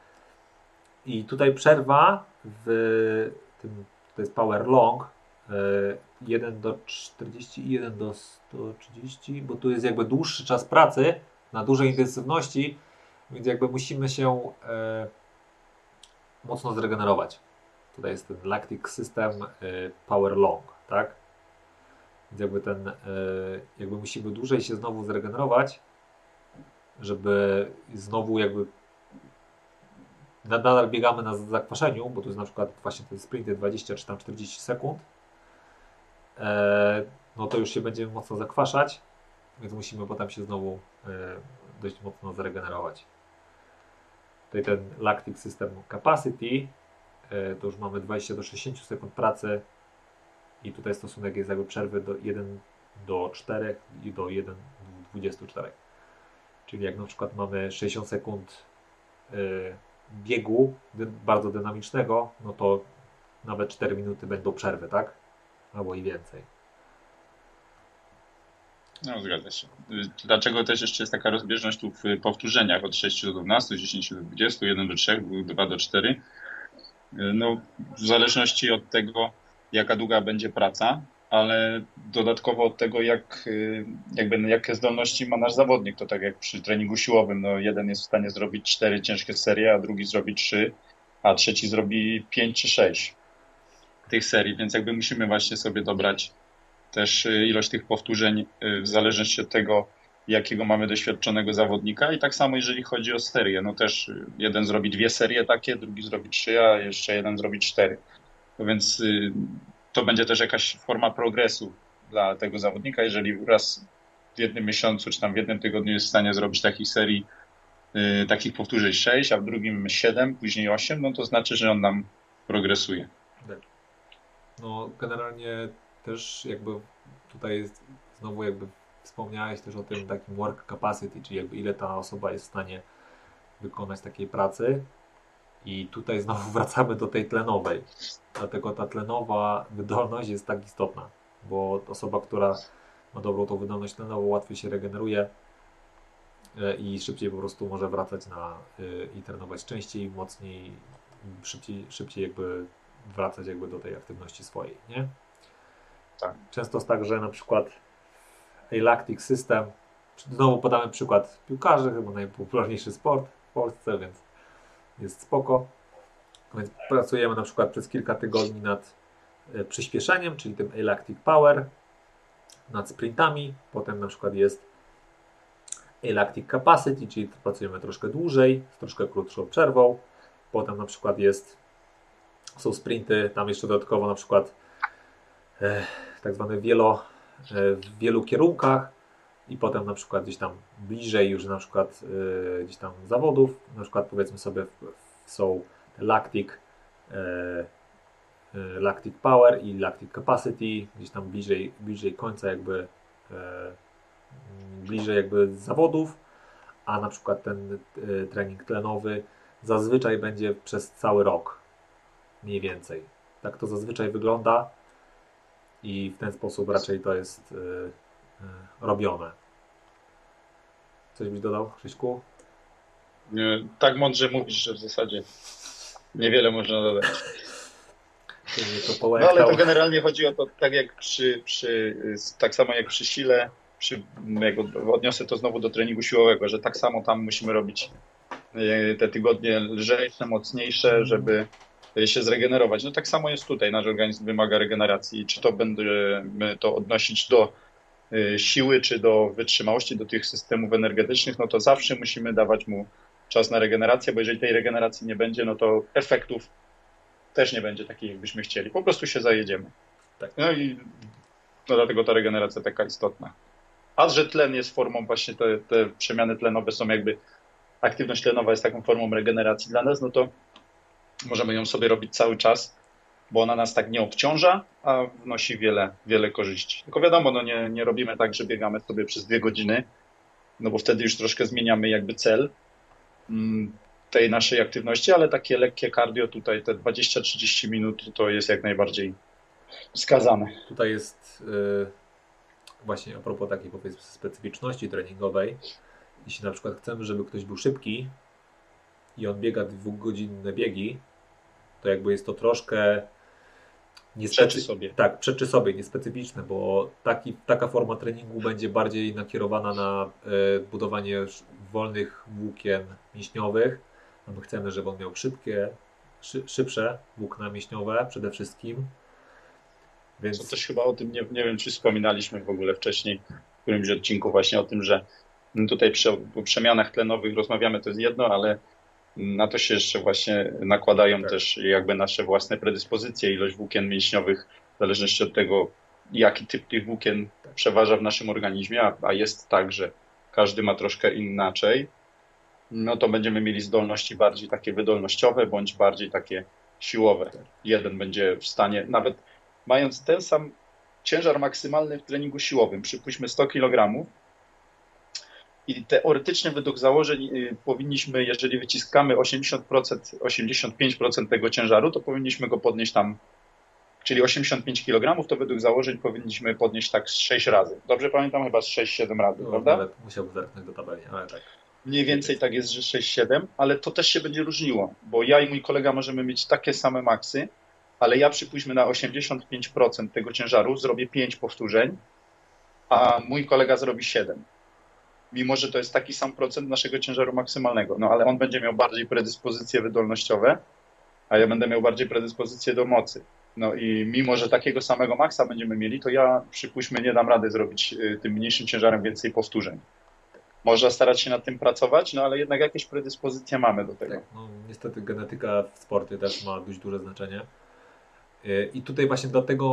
A: I tutaj przerwa w tym, to jest Power Long, 1 do 40 i 1 do 130, bo tu jest jakby dłuższy czas pracy na dużej intensywności, więc jakby musimy się mocno zregenerować. Tutaj jest ten Lactic System Power Long, tak? Więc jakby musimy dłużej się znowu zregenerować, żeby znowu jakby nadal biegamy na zakwaszeniu, bo tu jest na przykład właśnie ten sprint 20 czy tam 40 sekund, no to już się będziemy mocno zakwaszać, więc musimy potem się znowu dość mocno zregenerować. Tutaj ten Lactic System Capacity, to już mamy 20 do 60 sekund pracy i tutaj stosunek jest jakby przerwy do 1 do 4 i do 1 do 24. Czyli jak na przykład mamy 60 sekund biegu bardzo dynamicznego, no to nawet 4 minuty będą przerwy, tak? Albo i więcej.
B: No, zgadza się. Dlaczego też jeszcze jest taka rozbieżność tu w powtórzeniach od 6 do 12, 10 do 20, 1 do 3, 2 do 4? No, w zależności od tego, jaka długa będzie praca, ale dodatkowo od tego, jakie zdolności ma nasz zawodnik. To tak jak przy treningu siłowym, no jeden jest w stanie zrobić 4 ciężkie serie, a drugi zrobi 3, a trzeci zrobi 5 czy 6 tych serii, więc jakby musimy właśnie sobie dobrać też ilość tych powtórzeń w zależności od tego, jakiego mamy doświadczonego zawodnika i tak samo jeżeli chodzi o serię, no też jeden zrobi 2 serie takie, drugi zrobi 3, a jeszcze jeden zrobi 4. No więc to będzie też jakaś forma progresu dla tego zawodnika, jeżeli raz w jednym miesiącu czy tam w jednym tygodniu jest w stanie zrobić takich serii takich powtórzeń 6, a w drugim 7, później 8, no to znaczy, że on nam progresuje.
A: Tak. No generalnie też jakby tutaj znowu jakby wspomniałeś też o tym takim work capacity, czyli jakby ile ta osoba jest w stanie wykonać takiej pracy. I tutaj znowu wracamy do tej tlenowej. Dlatego ta tlenowa wydolność jest tak istotna, bo osoba, która ma dobrą tą wydolność tlenową, łatwiej się regeneruje i szybciej po prostu może wracać i trenować częściej, mocniej, szybciej jakby wracać jakby do tej aktywności swojej, nie?
B: Tak.
A: Często jest tak, że na przykład Lactic System, znowu podamy przykład piłkarzy, chyba najpopularniejszy sport w Polsce, więc jest spoko. Więc pracujemy na przykład przez kilka tygodni nad przyspieszeniem, czyli tym Lactic Power, nad sprintami. Potem na przykład jest Lactic Capacity, czyli pracujemy troszkę dłużej, z troszkę krótszą przerwą. Potem na przykład są sprinty, tam jeszcze dodatkowo na przykład tak zwane w wielu kierunkach i potem na przykład gdzieś tam bliżej już na przykład gdzieś tam zawodów, na przykład powiedzmy sobie są Lactic Power i Lactic Capacity, gdzieś tam bliżej końca jakby bliżej jakby zawodów, a na przykład ten trening tlenowy zazwyczaj będzie przez cały rok mniej więcej. Tak to zazwyczaj wygląda i w ten sposób raczej to jest robione. Coś byś dodał, Krzyśku?
B: Tak mądrze mówisz, że w zasadzie niewiele można dodać. No ale to generalnie chodzi o to, tak jak tak samo jak przy sile, odniosę to znowu do treningu siłowego, że tak samo tam musimy robić te tygodnie lżejsze, mocniejsze, żeby się zregenerować. No tak samo jest tutaj, nasz organizm wymaga regeneracji. Czy to będziemy to odnosić do siły, czy do wytrzymałości, do tych systemów energetycznych, no to zawsze musimy dawać mu czas na regenerację, bo jeżeli tej regeneracji nie będzie, no to efektów też nie będzie takich, jakbyśmy chcieli. Po prostu się zajedziemy.
A: Tak.
B: No i no dlatego ta regeneracja taka istotna. A że tlen jest formą, właśnie te przemiany tlenowe są jakby, aktywność tlenowa jest taką formą regeneracji dla nas, no to możemy ją sobie robić cały czas, bo ona nas tak nie obciąża, a wnosi wiele korzyści. Tylko wiadomo, no nie robimy tak, że biegamy sobie przez 2 godziny, no bo wtedy już troszkę zmieniamy jakby cel tej naszej aktywności, ale takie lekkie cardio tutaj, te 20-30 minut to jest jak najbardziej wskazane.
A: Tutaj jest właśnie a propos takiej powiedzmy specyficzności treningowej. Jeśli na przykład chcemy, żeby ktoś był szybki i on biega 2-godzinne biegi, to jakby jest to troszkę przeczy sobie, niespecyficzne, bo taka forma treningu będzie bardziej nakierowana na budowanie wolnych włókien mięśniowych. No my chcemy, żeby on miał szybsze włókna mięśniowe przede wszystkim.
B: Więc... To też chyba o tym, nie wiem, czy wspominaliśmy w ogóle wcześniej w którymś odcinku właśnie o tym, że tutaj o przemianach tlenowych rozmawiamy, to jest jedno, ale na to się jeszcze właśnie nakładają też jakby nasze własne predyspozycje, ilość włókien mięśniowych, w zależności od tego, jaki typ tych włókien przeważa w naszym organizmie, a jest tak, że każdy ma troszkę inaczej, no to będziemy mieli zdolności bardziej takie wydolnościowe, bądź bardziej takie siłowe. Jeden będzie w stanie, nawet mając ten sam ciężar maksymalny w treningu siłowym, przypuśćmy 100 kg, i teoretycznie według założeń powinniśmy, jeżeli wyciskamy 80%, 85% tego ciężaru, to powinniśmy go podnieść tam, czyli 85 kg, to według założeń powinniśmy podnieść tak z 6 razy. Dobrze pamiętam? Chyba z 6-7 razy,
A: no,
B: prawda?
A: Nawet musiałbym zerknąć do tabeli, ale tak.
B: Mniej więcej tak jest, że 6-7, ale to też się będzie różniło, bo ja i mój kolega możemy mieć takie same maksy, ale ja przypuśćmy na 85% tego ciężaru zrobię 5 powtórzeń, a mój kolega zrobi 7. Mimo że to jest taki sam procent naszego ciężaru maksymalnego. No ale on będzie miał bardziej predyspozycje wydolnościowe, a ja będę miał bardziej predyspozycje do mocy. No i mimo że takiego samego maksa będziemy mieli, to ja, przypuśćmy, nie dam rady zrobić tym mniejszym ciężarem więcej powtórzeń. Można starać się nad tym pracować, no ale jednak jakieś predyspozycje mamy do tego.
A: Tak, no niestety genetyka w sporcie też ma dość duże znaczenie. I tutaj właśnie dlatego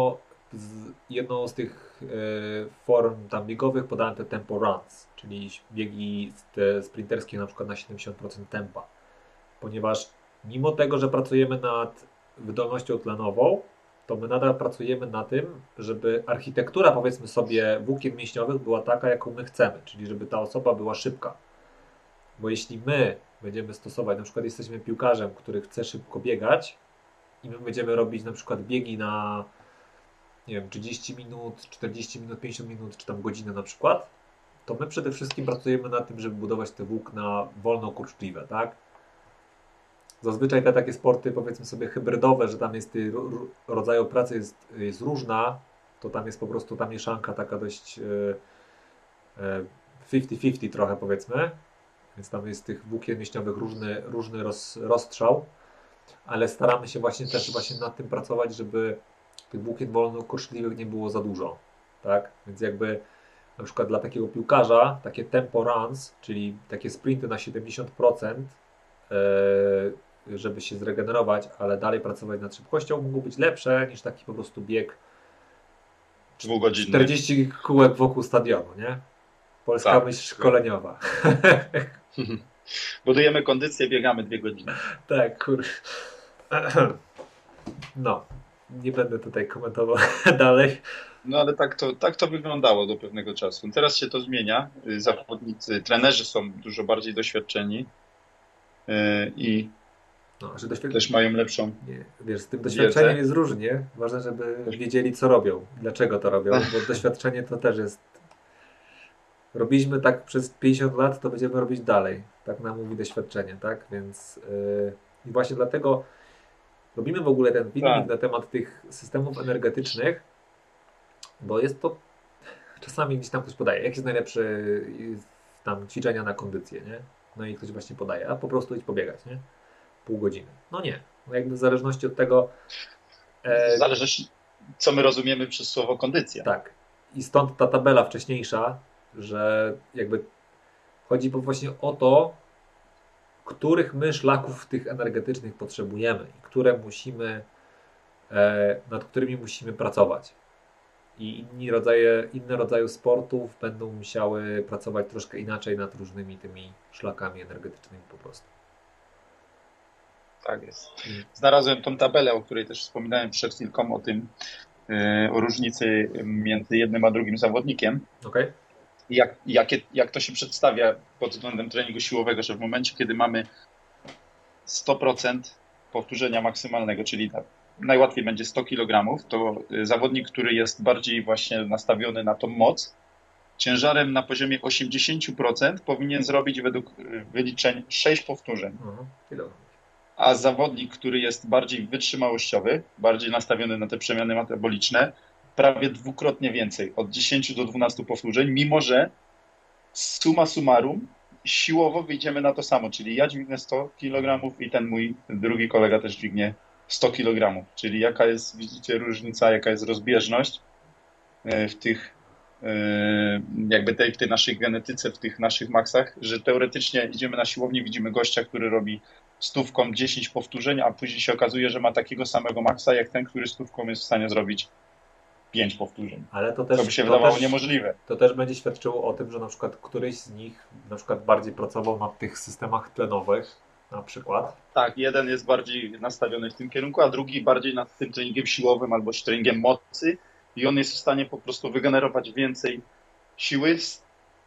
A: jedną z tych form tam biegowych podałem te tempo runs, czyli biegi te sprinterskie na przykład na 70% tempa. Ponieważ mimo tego, że pracujemy nad wydolnością tlenową, to my nadal pracujemy na tym, żeby architektura, powiedzmy sobie, włókien mięśniowych była taka, jaką my chcemy, czyli żeby ta osoba była szybka. Bo jeśli my będziemy stosować, na przykład jesteśmy piłkarzem, który chce szybko biegać i my będziemy robić na przykład biegi na, nie wiem, 30 minut, 40 minut, 50 minut, czy tam godzinę na przykład, to my przede wszystkim pracujemy nad tym, żeby budować te włókna wolno-kurczliwe, tak? Zazwyczaj te takie sporty, powiedzmy sobie, hybrydowe, że tam jest rodzaju pracy jest różna, to tam jest po prostu ta mieszanka taka dość 50-50 trochę, powiedzmy, więc tam jest tych włókien mięśniowych różny rozstrzał, ale staramy się właśnie też nad tym pracować, żeby tych włókien wolno-kurczliwych nie było za dużo, tak? Więc jakby na przykład dla takiego piłkarza takie tempo runs, czyli takie sprinty na 70%, żeby się zregenerować, ale dalej pracować nad szybkością, mogą być lepsze niż taki po prostu bieg 40 kółek wokół stadionu, nie? Polska myśl szkoleniowa.
B: Budujemy kondycję, biegamy 2 godziny.
A: Tak, kurde. No, nie będę tutaj komentował dalej.
B: No ale tak to wyglądało do pewnego czasu. Teraz się to zmienia. Zawodnicy, trenerzy są dużo bardziej doświadczeni i też mają lepszą
A: nie, wiesz, z tym doświadczeniem jest różnie. Ważne, żeby wiedzieli, co robią, dlaczego to robią, bo doświadczenie to też jest. Robiliśmy tak przez 50 lat, to będziemy robić dalej. Tak nam mówi doświadczenie, tak? Więc i właśnie dlatego robimy w ogóle ten filmik na temat tych systemów energetycznych, bo jest to czasami gdzieś tam ktoś podaje, jaki jest najlepszy tam ćwiczenia na kondycję, nie? No i ktoś właśnie podaje, a po prostu idź pobiegać, nie? Pół godziny. No nie. No jakby w zależności od tego...
B: Zależy, co my rozumiemy przez słowo kondycja.
A: Tak. I stąd ta tabela wcześniejsza, że jakby chodzi właśnie o to, których my szlaków tych energetycznych potrzebujemy i które musimy, nad którymi musimy pracować. I inne rodzaje sportów będą musiały pracować troszkę inaczej nad różnymi tymi szlakami energetycznymi po prostu.
B: Tak jest. Znalazłem tą tabelę, o której też wspominałem przed chwilką, o różnicy między jednym a drugim zawodnikiem.
A: Okay.
B: Jak to się przedstawia pod względem treningu siłowego, że w momencie, kiedy mamy 100% powtórzenia maksymalnego, czyli najłatwiej będzie 100 kg, to zawodnik, który jest bardziej właśnie nastawiony na tą moc, ciężarem na poziomie 80% powinien zrobić według wyliczeń 6 powtórzeń. A zawodnik, który jest bardziej wytrzymałościowy, bardziej nastawiony na te przemiany metaboliczne, prawie dwukrotnie więcej, od 10 do 12 powtórzeń, mimo że summa summarum siłowo wyjdziemy na to samo, czyli ja dźwignę 100 kg i ten mój drugi kolega też dźwignie 100 kg, czyli jaka jest, widzicie, różnica, jaka jest rozbieżność w tych jakby w tej naszej genetyce, w tych naszych maksach, że teoretycznie idziemy na siłownię, widzimy gościa, który robi 100 10 powtórzeń, a później się okazuje, że ma takiego samego maksa, jak ten, który 100 jest w stanie zrobić 5 powtórzeń.
A: Ale to też,
B: by się wydawało niemożliwe.
A: To też będzie świadczyło o tym, że na przykład któryś z nich na przykład bardziej pracował na tych systemach tlenowych, na przykład.
B: Tak, jeden jest bardziej nastawiony w tym kierunku, a drugi bardziej nad tym treningiem siłowym albo treningiem mocy i on jest w stanie po prostu wygenerować więcej siły z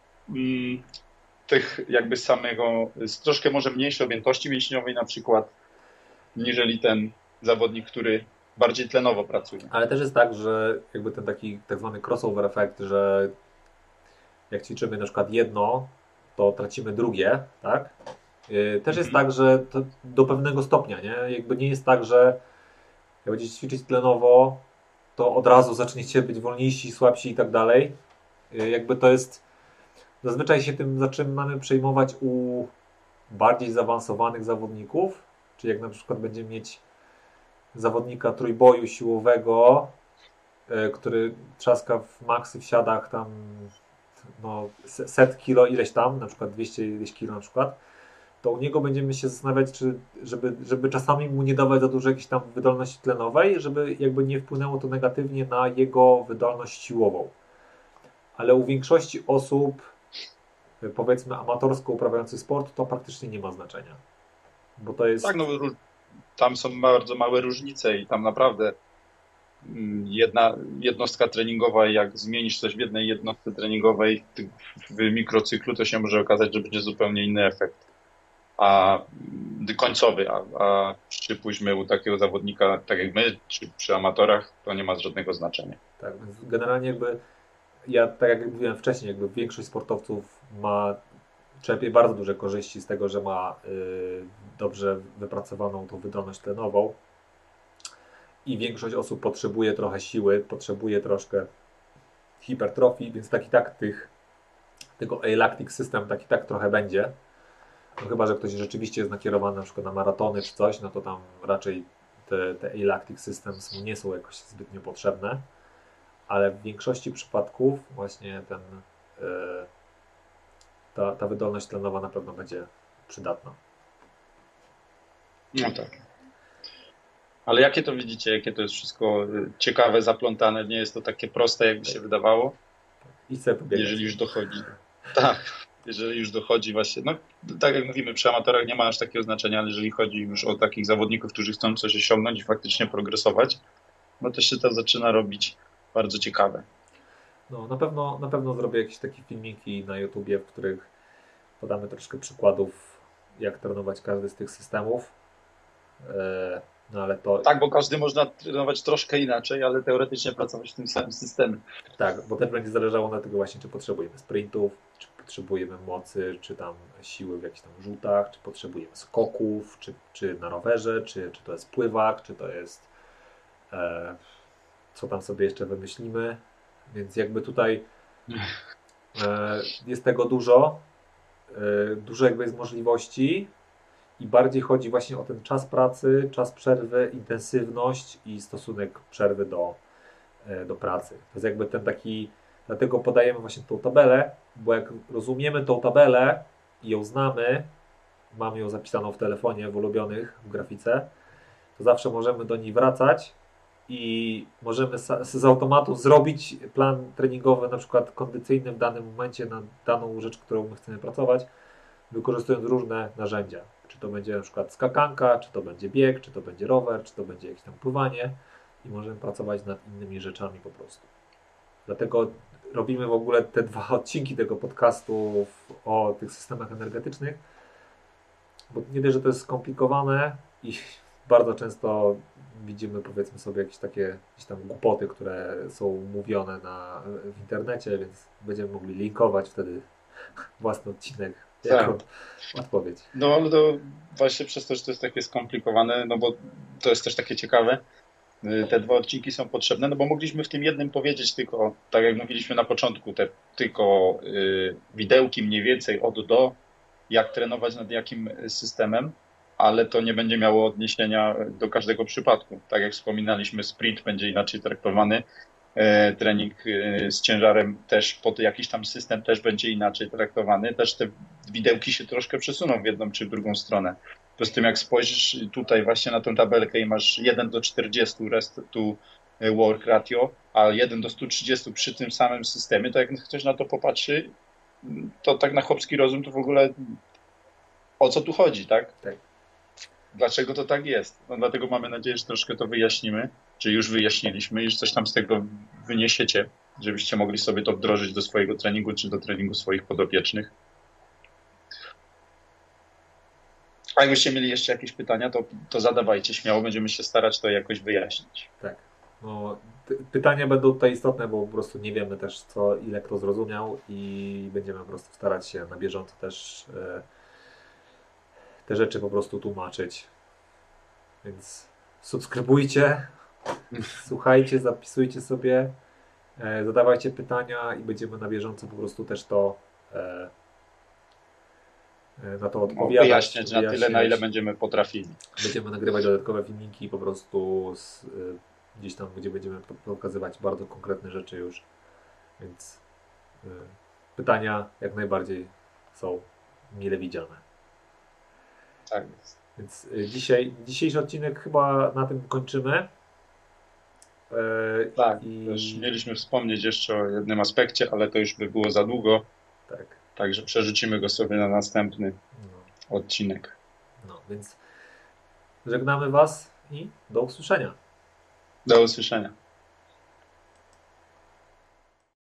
B: tych jakby z troszkę może mniejszej objętości mięśniowej na przykład, niżeli ten zawodnik, który bardziej tlenowo pracuje. Ale
A: też jest tak, że jakby ten taki tak zwany crossover efekt, że jak ćwiczymy na przykład jedno, to tracimy drugie, tak? Też jest tak, że to do pewnego stopnia, nie? Jakby nie jest tak, że jak będziecie ćwiczyć tlenowo, to od razu zaczniecie być wolniejsi, słabsi i tak dalej. Jakby to jest... Zazwyczaj się tym zaczynamy przejmować u bardziej zaawansowanych zawodników, czyli jak na przykład będziemy mieć zawodnika trójboju siłowego, który trzaska w maksy w siadach tam no, set kilo ileś tam, na przykład 200 ileś kilo na przykład, to u niego będziemy się zastanawiać, czy żeby czasami mu nie dawać za dużo jakiejś tam wydolności tlenowej, żeby jakby nie wpłynęło to negatywnie na jego wydolność siłową. Ale u większości osób, powiedzmy amatorsko uprawiających sport, to praktycznie nie ma znaczenia. Bo to jest...
B: Tak, no tam są bardzo małe różnice i tam naprawdę jedna jednostka treningowa, jak zmienisz coś w jednej jednostce treningowej w mikrocyklu, to się może okazać, że będzie zupełnie inny efekt. Końcowy, a przypuśćmy u takiego zawodnika, tak jak my, czy przy amatorach, to nie ma żadnego znaczenia.
A: Tak, więc generalnie jakby ja, tak jak mówiłem wcześniej, jakby większość sportowców czerpie bardzo duże korzyści z tego, że ma dobrze wypracowaną tą wydolność tlenową i większość osób potrzebuje trochę siły, potrzebuje troszkę hipertrofii, więc tak i tak tego Alactic System tak i tak trochę będzie. No chyba, że ktoś rzeczywiście jest nakierowany na przykład na maratony czy coś, no to tam raczej te Alactic Systems nie są jakoś zbytnio potrzebne, ale w większości przypadków właśnie ta wydolność tlenowa na pewno będzie przydatna.
B: No tak. Ale jakie to widzicie, jakie to jest wszystko ciekawe, zaplątane, nie jest to takie proste, jakby się wydawało?
A: I chcę pobiegać.
B: Jeżeli już dochodzi. Tak, jeżeli już dochodzi właśnie, no tak jak mówimy, przy amatorach nie ma aż takiego znaczenia, ale jeżeli chodzi już o takich zawodników, którzy chcą coś osiągnąć i faktycznie progresować, no to się to zaczyna robić bardzo ciekawe.
A: No, na pewno zrobię jakieś takie filmiki na YouTubie, w których podamy troszkę przykładów, jak trenować każdy z tych systemów. No ale to...
B: Tak, bo każdy można trenować troszkę inaczej, ale teoretycznie pracować w tym samym systemie.
A: Tak, bo też będzie zależało na tego właśnie, czy potrzebujemy sprintów, czy potrzebujemy mocy, czy tam siły w jakichś tam rzutach, czy potrzebujemy skoków, czy na rowerze, czy to jest pływak, czy to jest co tam sobie jeszcze wymyślimy. Więc jakby tutaj jest tego dużo jakby jest możliwości i bardziej chodzi właśnie o ten czas pracy, czas przerwy, intensywność i stosunek przerwy do pracy. To jest jakby ten taki, dlatego podajemy właśnie tą tabelę, bo jak rozumiemy tą tabelę i ją znamy, mamy ją zapisaną w telefonie, w ulubionych, w grafice, to zawsze możemy do niej wracać i możemy z automatu zrobić plan treningowy, na przykład kondycyjny w danym momencie na daną rzecz, którą my chcemy pracować, wykorzystując różne narzędzia. Czy to będzie na przykład skakanka, czy to będzie bieg, czy to będzie rower, czy to będzie jakieś tam pływanie i możemy pracować nad innymi rzeczami po prostu. Dlatego robimy w ogóle te 2 odcinki tego podcastu o tych systemach energetycznych, bo nie dość, że to jest skomplikowane i bardzo często widzimy, powiedzmy sobie, jakieś takie gdzieś tam głupoty, które są mówione w internecie, więc będziemy mogli linkować wtedy własny odcinek jako odpowiedź.
B: No ale to właśnie przez to, że to jest takie skomplikowane, no bo to jest też takie ciekawe, te 2 odcinki są potrzebne, no bo mogliśmy w tym jednym powiedzieć tylko, tak jak mówiliśmy na początku, tylko widełki mniej więcej od do, jak trenować nad jakim systemem, ale to nie będzie miało odniesienia do każdego przypadku. Tak jak wspominaliśmy, sprint będzie inaczej traktowany, trening z ciężarem też pod jakiś tam system też będzie inaczej traktowany. Też te widełki się troszkę przesuną w jedną czy w drugą stronę. To z tym jak spojrzysz tutaj właśnie na tę tabelkę i masz 1:40 rest to work ratio, a 1:130 przy tym samym systemie, to jak ktoś na to popatrzy, to tak na chłopski rozum to w ogóle o co tu chodzi, tak?
A: Tak.
B: Dlaczego to tak jest? No dlatego mamy nadzieję, że troszkę to wyjaśnimy, czy już wyjaśniliśmy i że coś tam z tego wyniesiecie, żebyście mogli sobie to wdrożyć do swojego treningu, czy do treningu swoich podopiecznych. A jakbyście mieli jeszcze jakieś pytania, to zadawajcie śmiało, będziemy się starać to jakoś wyjaśnić.
A: Tak. No, pytania będą tutaj istotne, bo po prostu nie wiemy też ile kto zrozumiał i będziemy po prostu starać się na bieżąco też te rzeczy po prostu tłumaczyć. Więc subskrybujcie, słuchajcie, zapisujcie sobie, zadawajcie pytania i będziemy na bieżąco po prostu też na to odpowiadać.
B: Wyjaśniać na tyle, na ile będziemy potrafili.
A: Będziemy nagrywać dodatkowe filmiki po prostu gdzieś tam, gdzie będziemy pokazywać bardzo konkretne rzeczy już. Więc pytania jak najbardziej są mile widziane.
B: Tak jest.
A: Więc dzisiejszy odcinek chyba na tym kończymy.
B: Tak, też mieliśmy wspomnieć jeszcze o jednym aspekcie, ale to już by było za długo,
A: Tak.
B: także przerzucimy go sobie na następny
A: No,
B: odcinek.
A: więc żegnamy Was i do usłyszenia.
B: Do usłyszenia.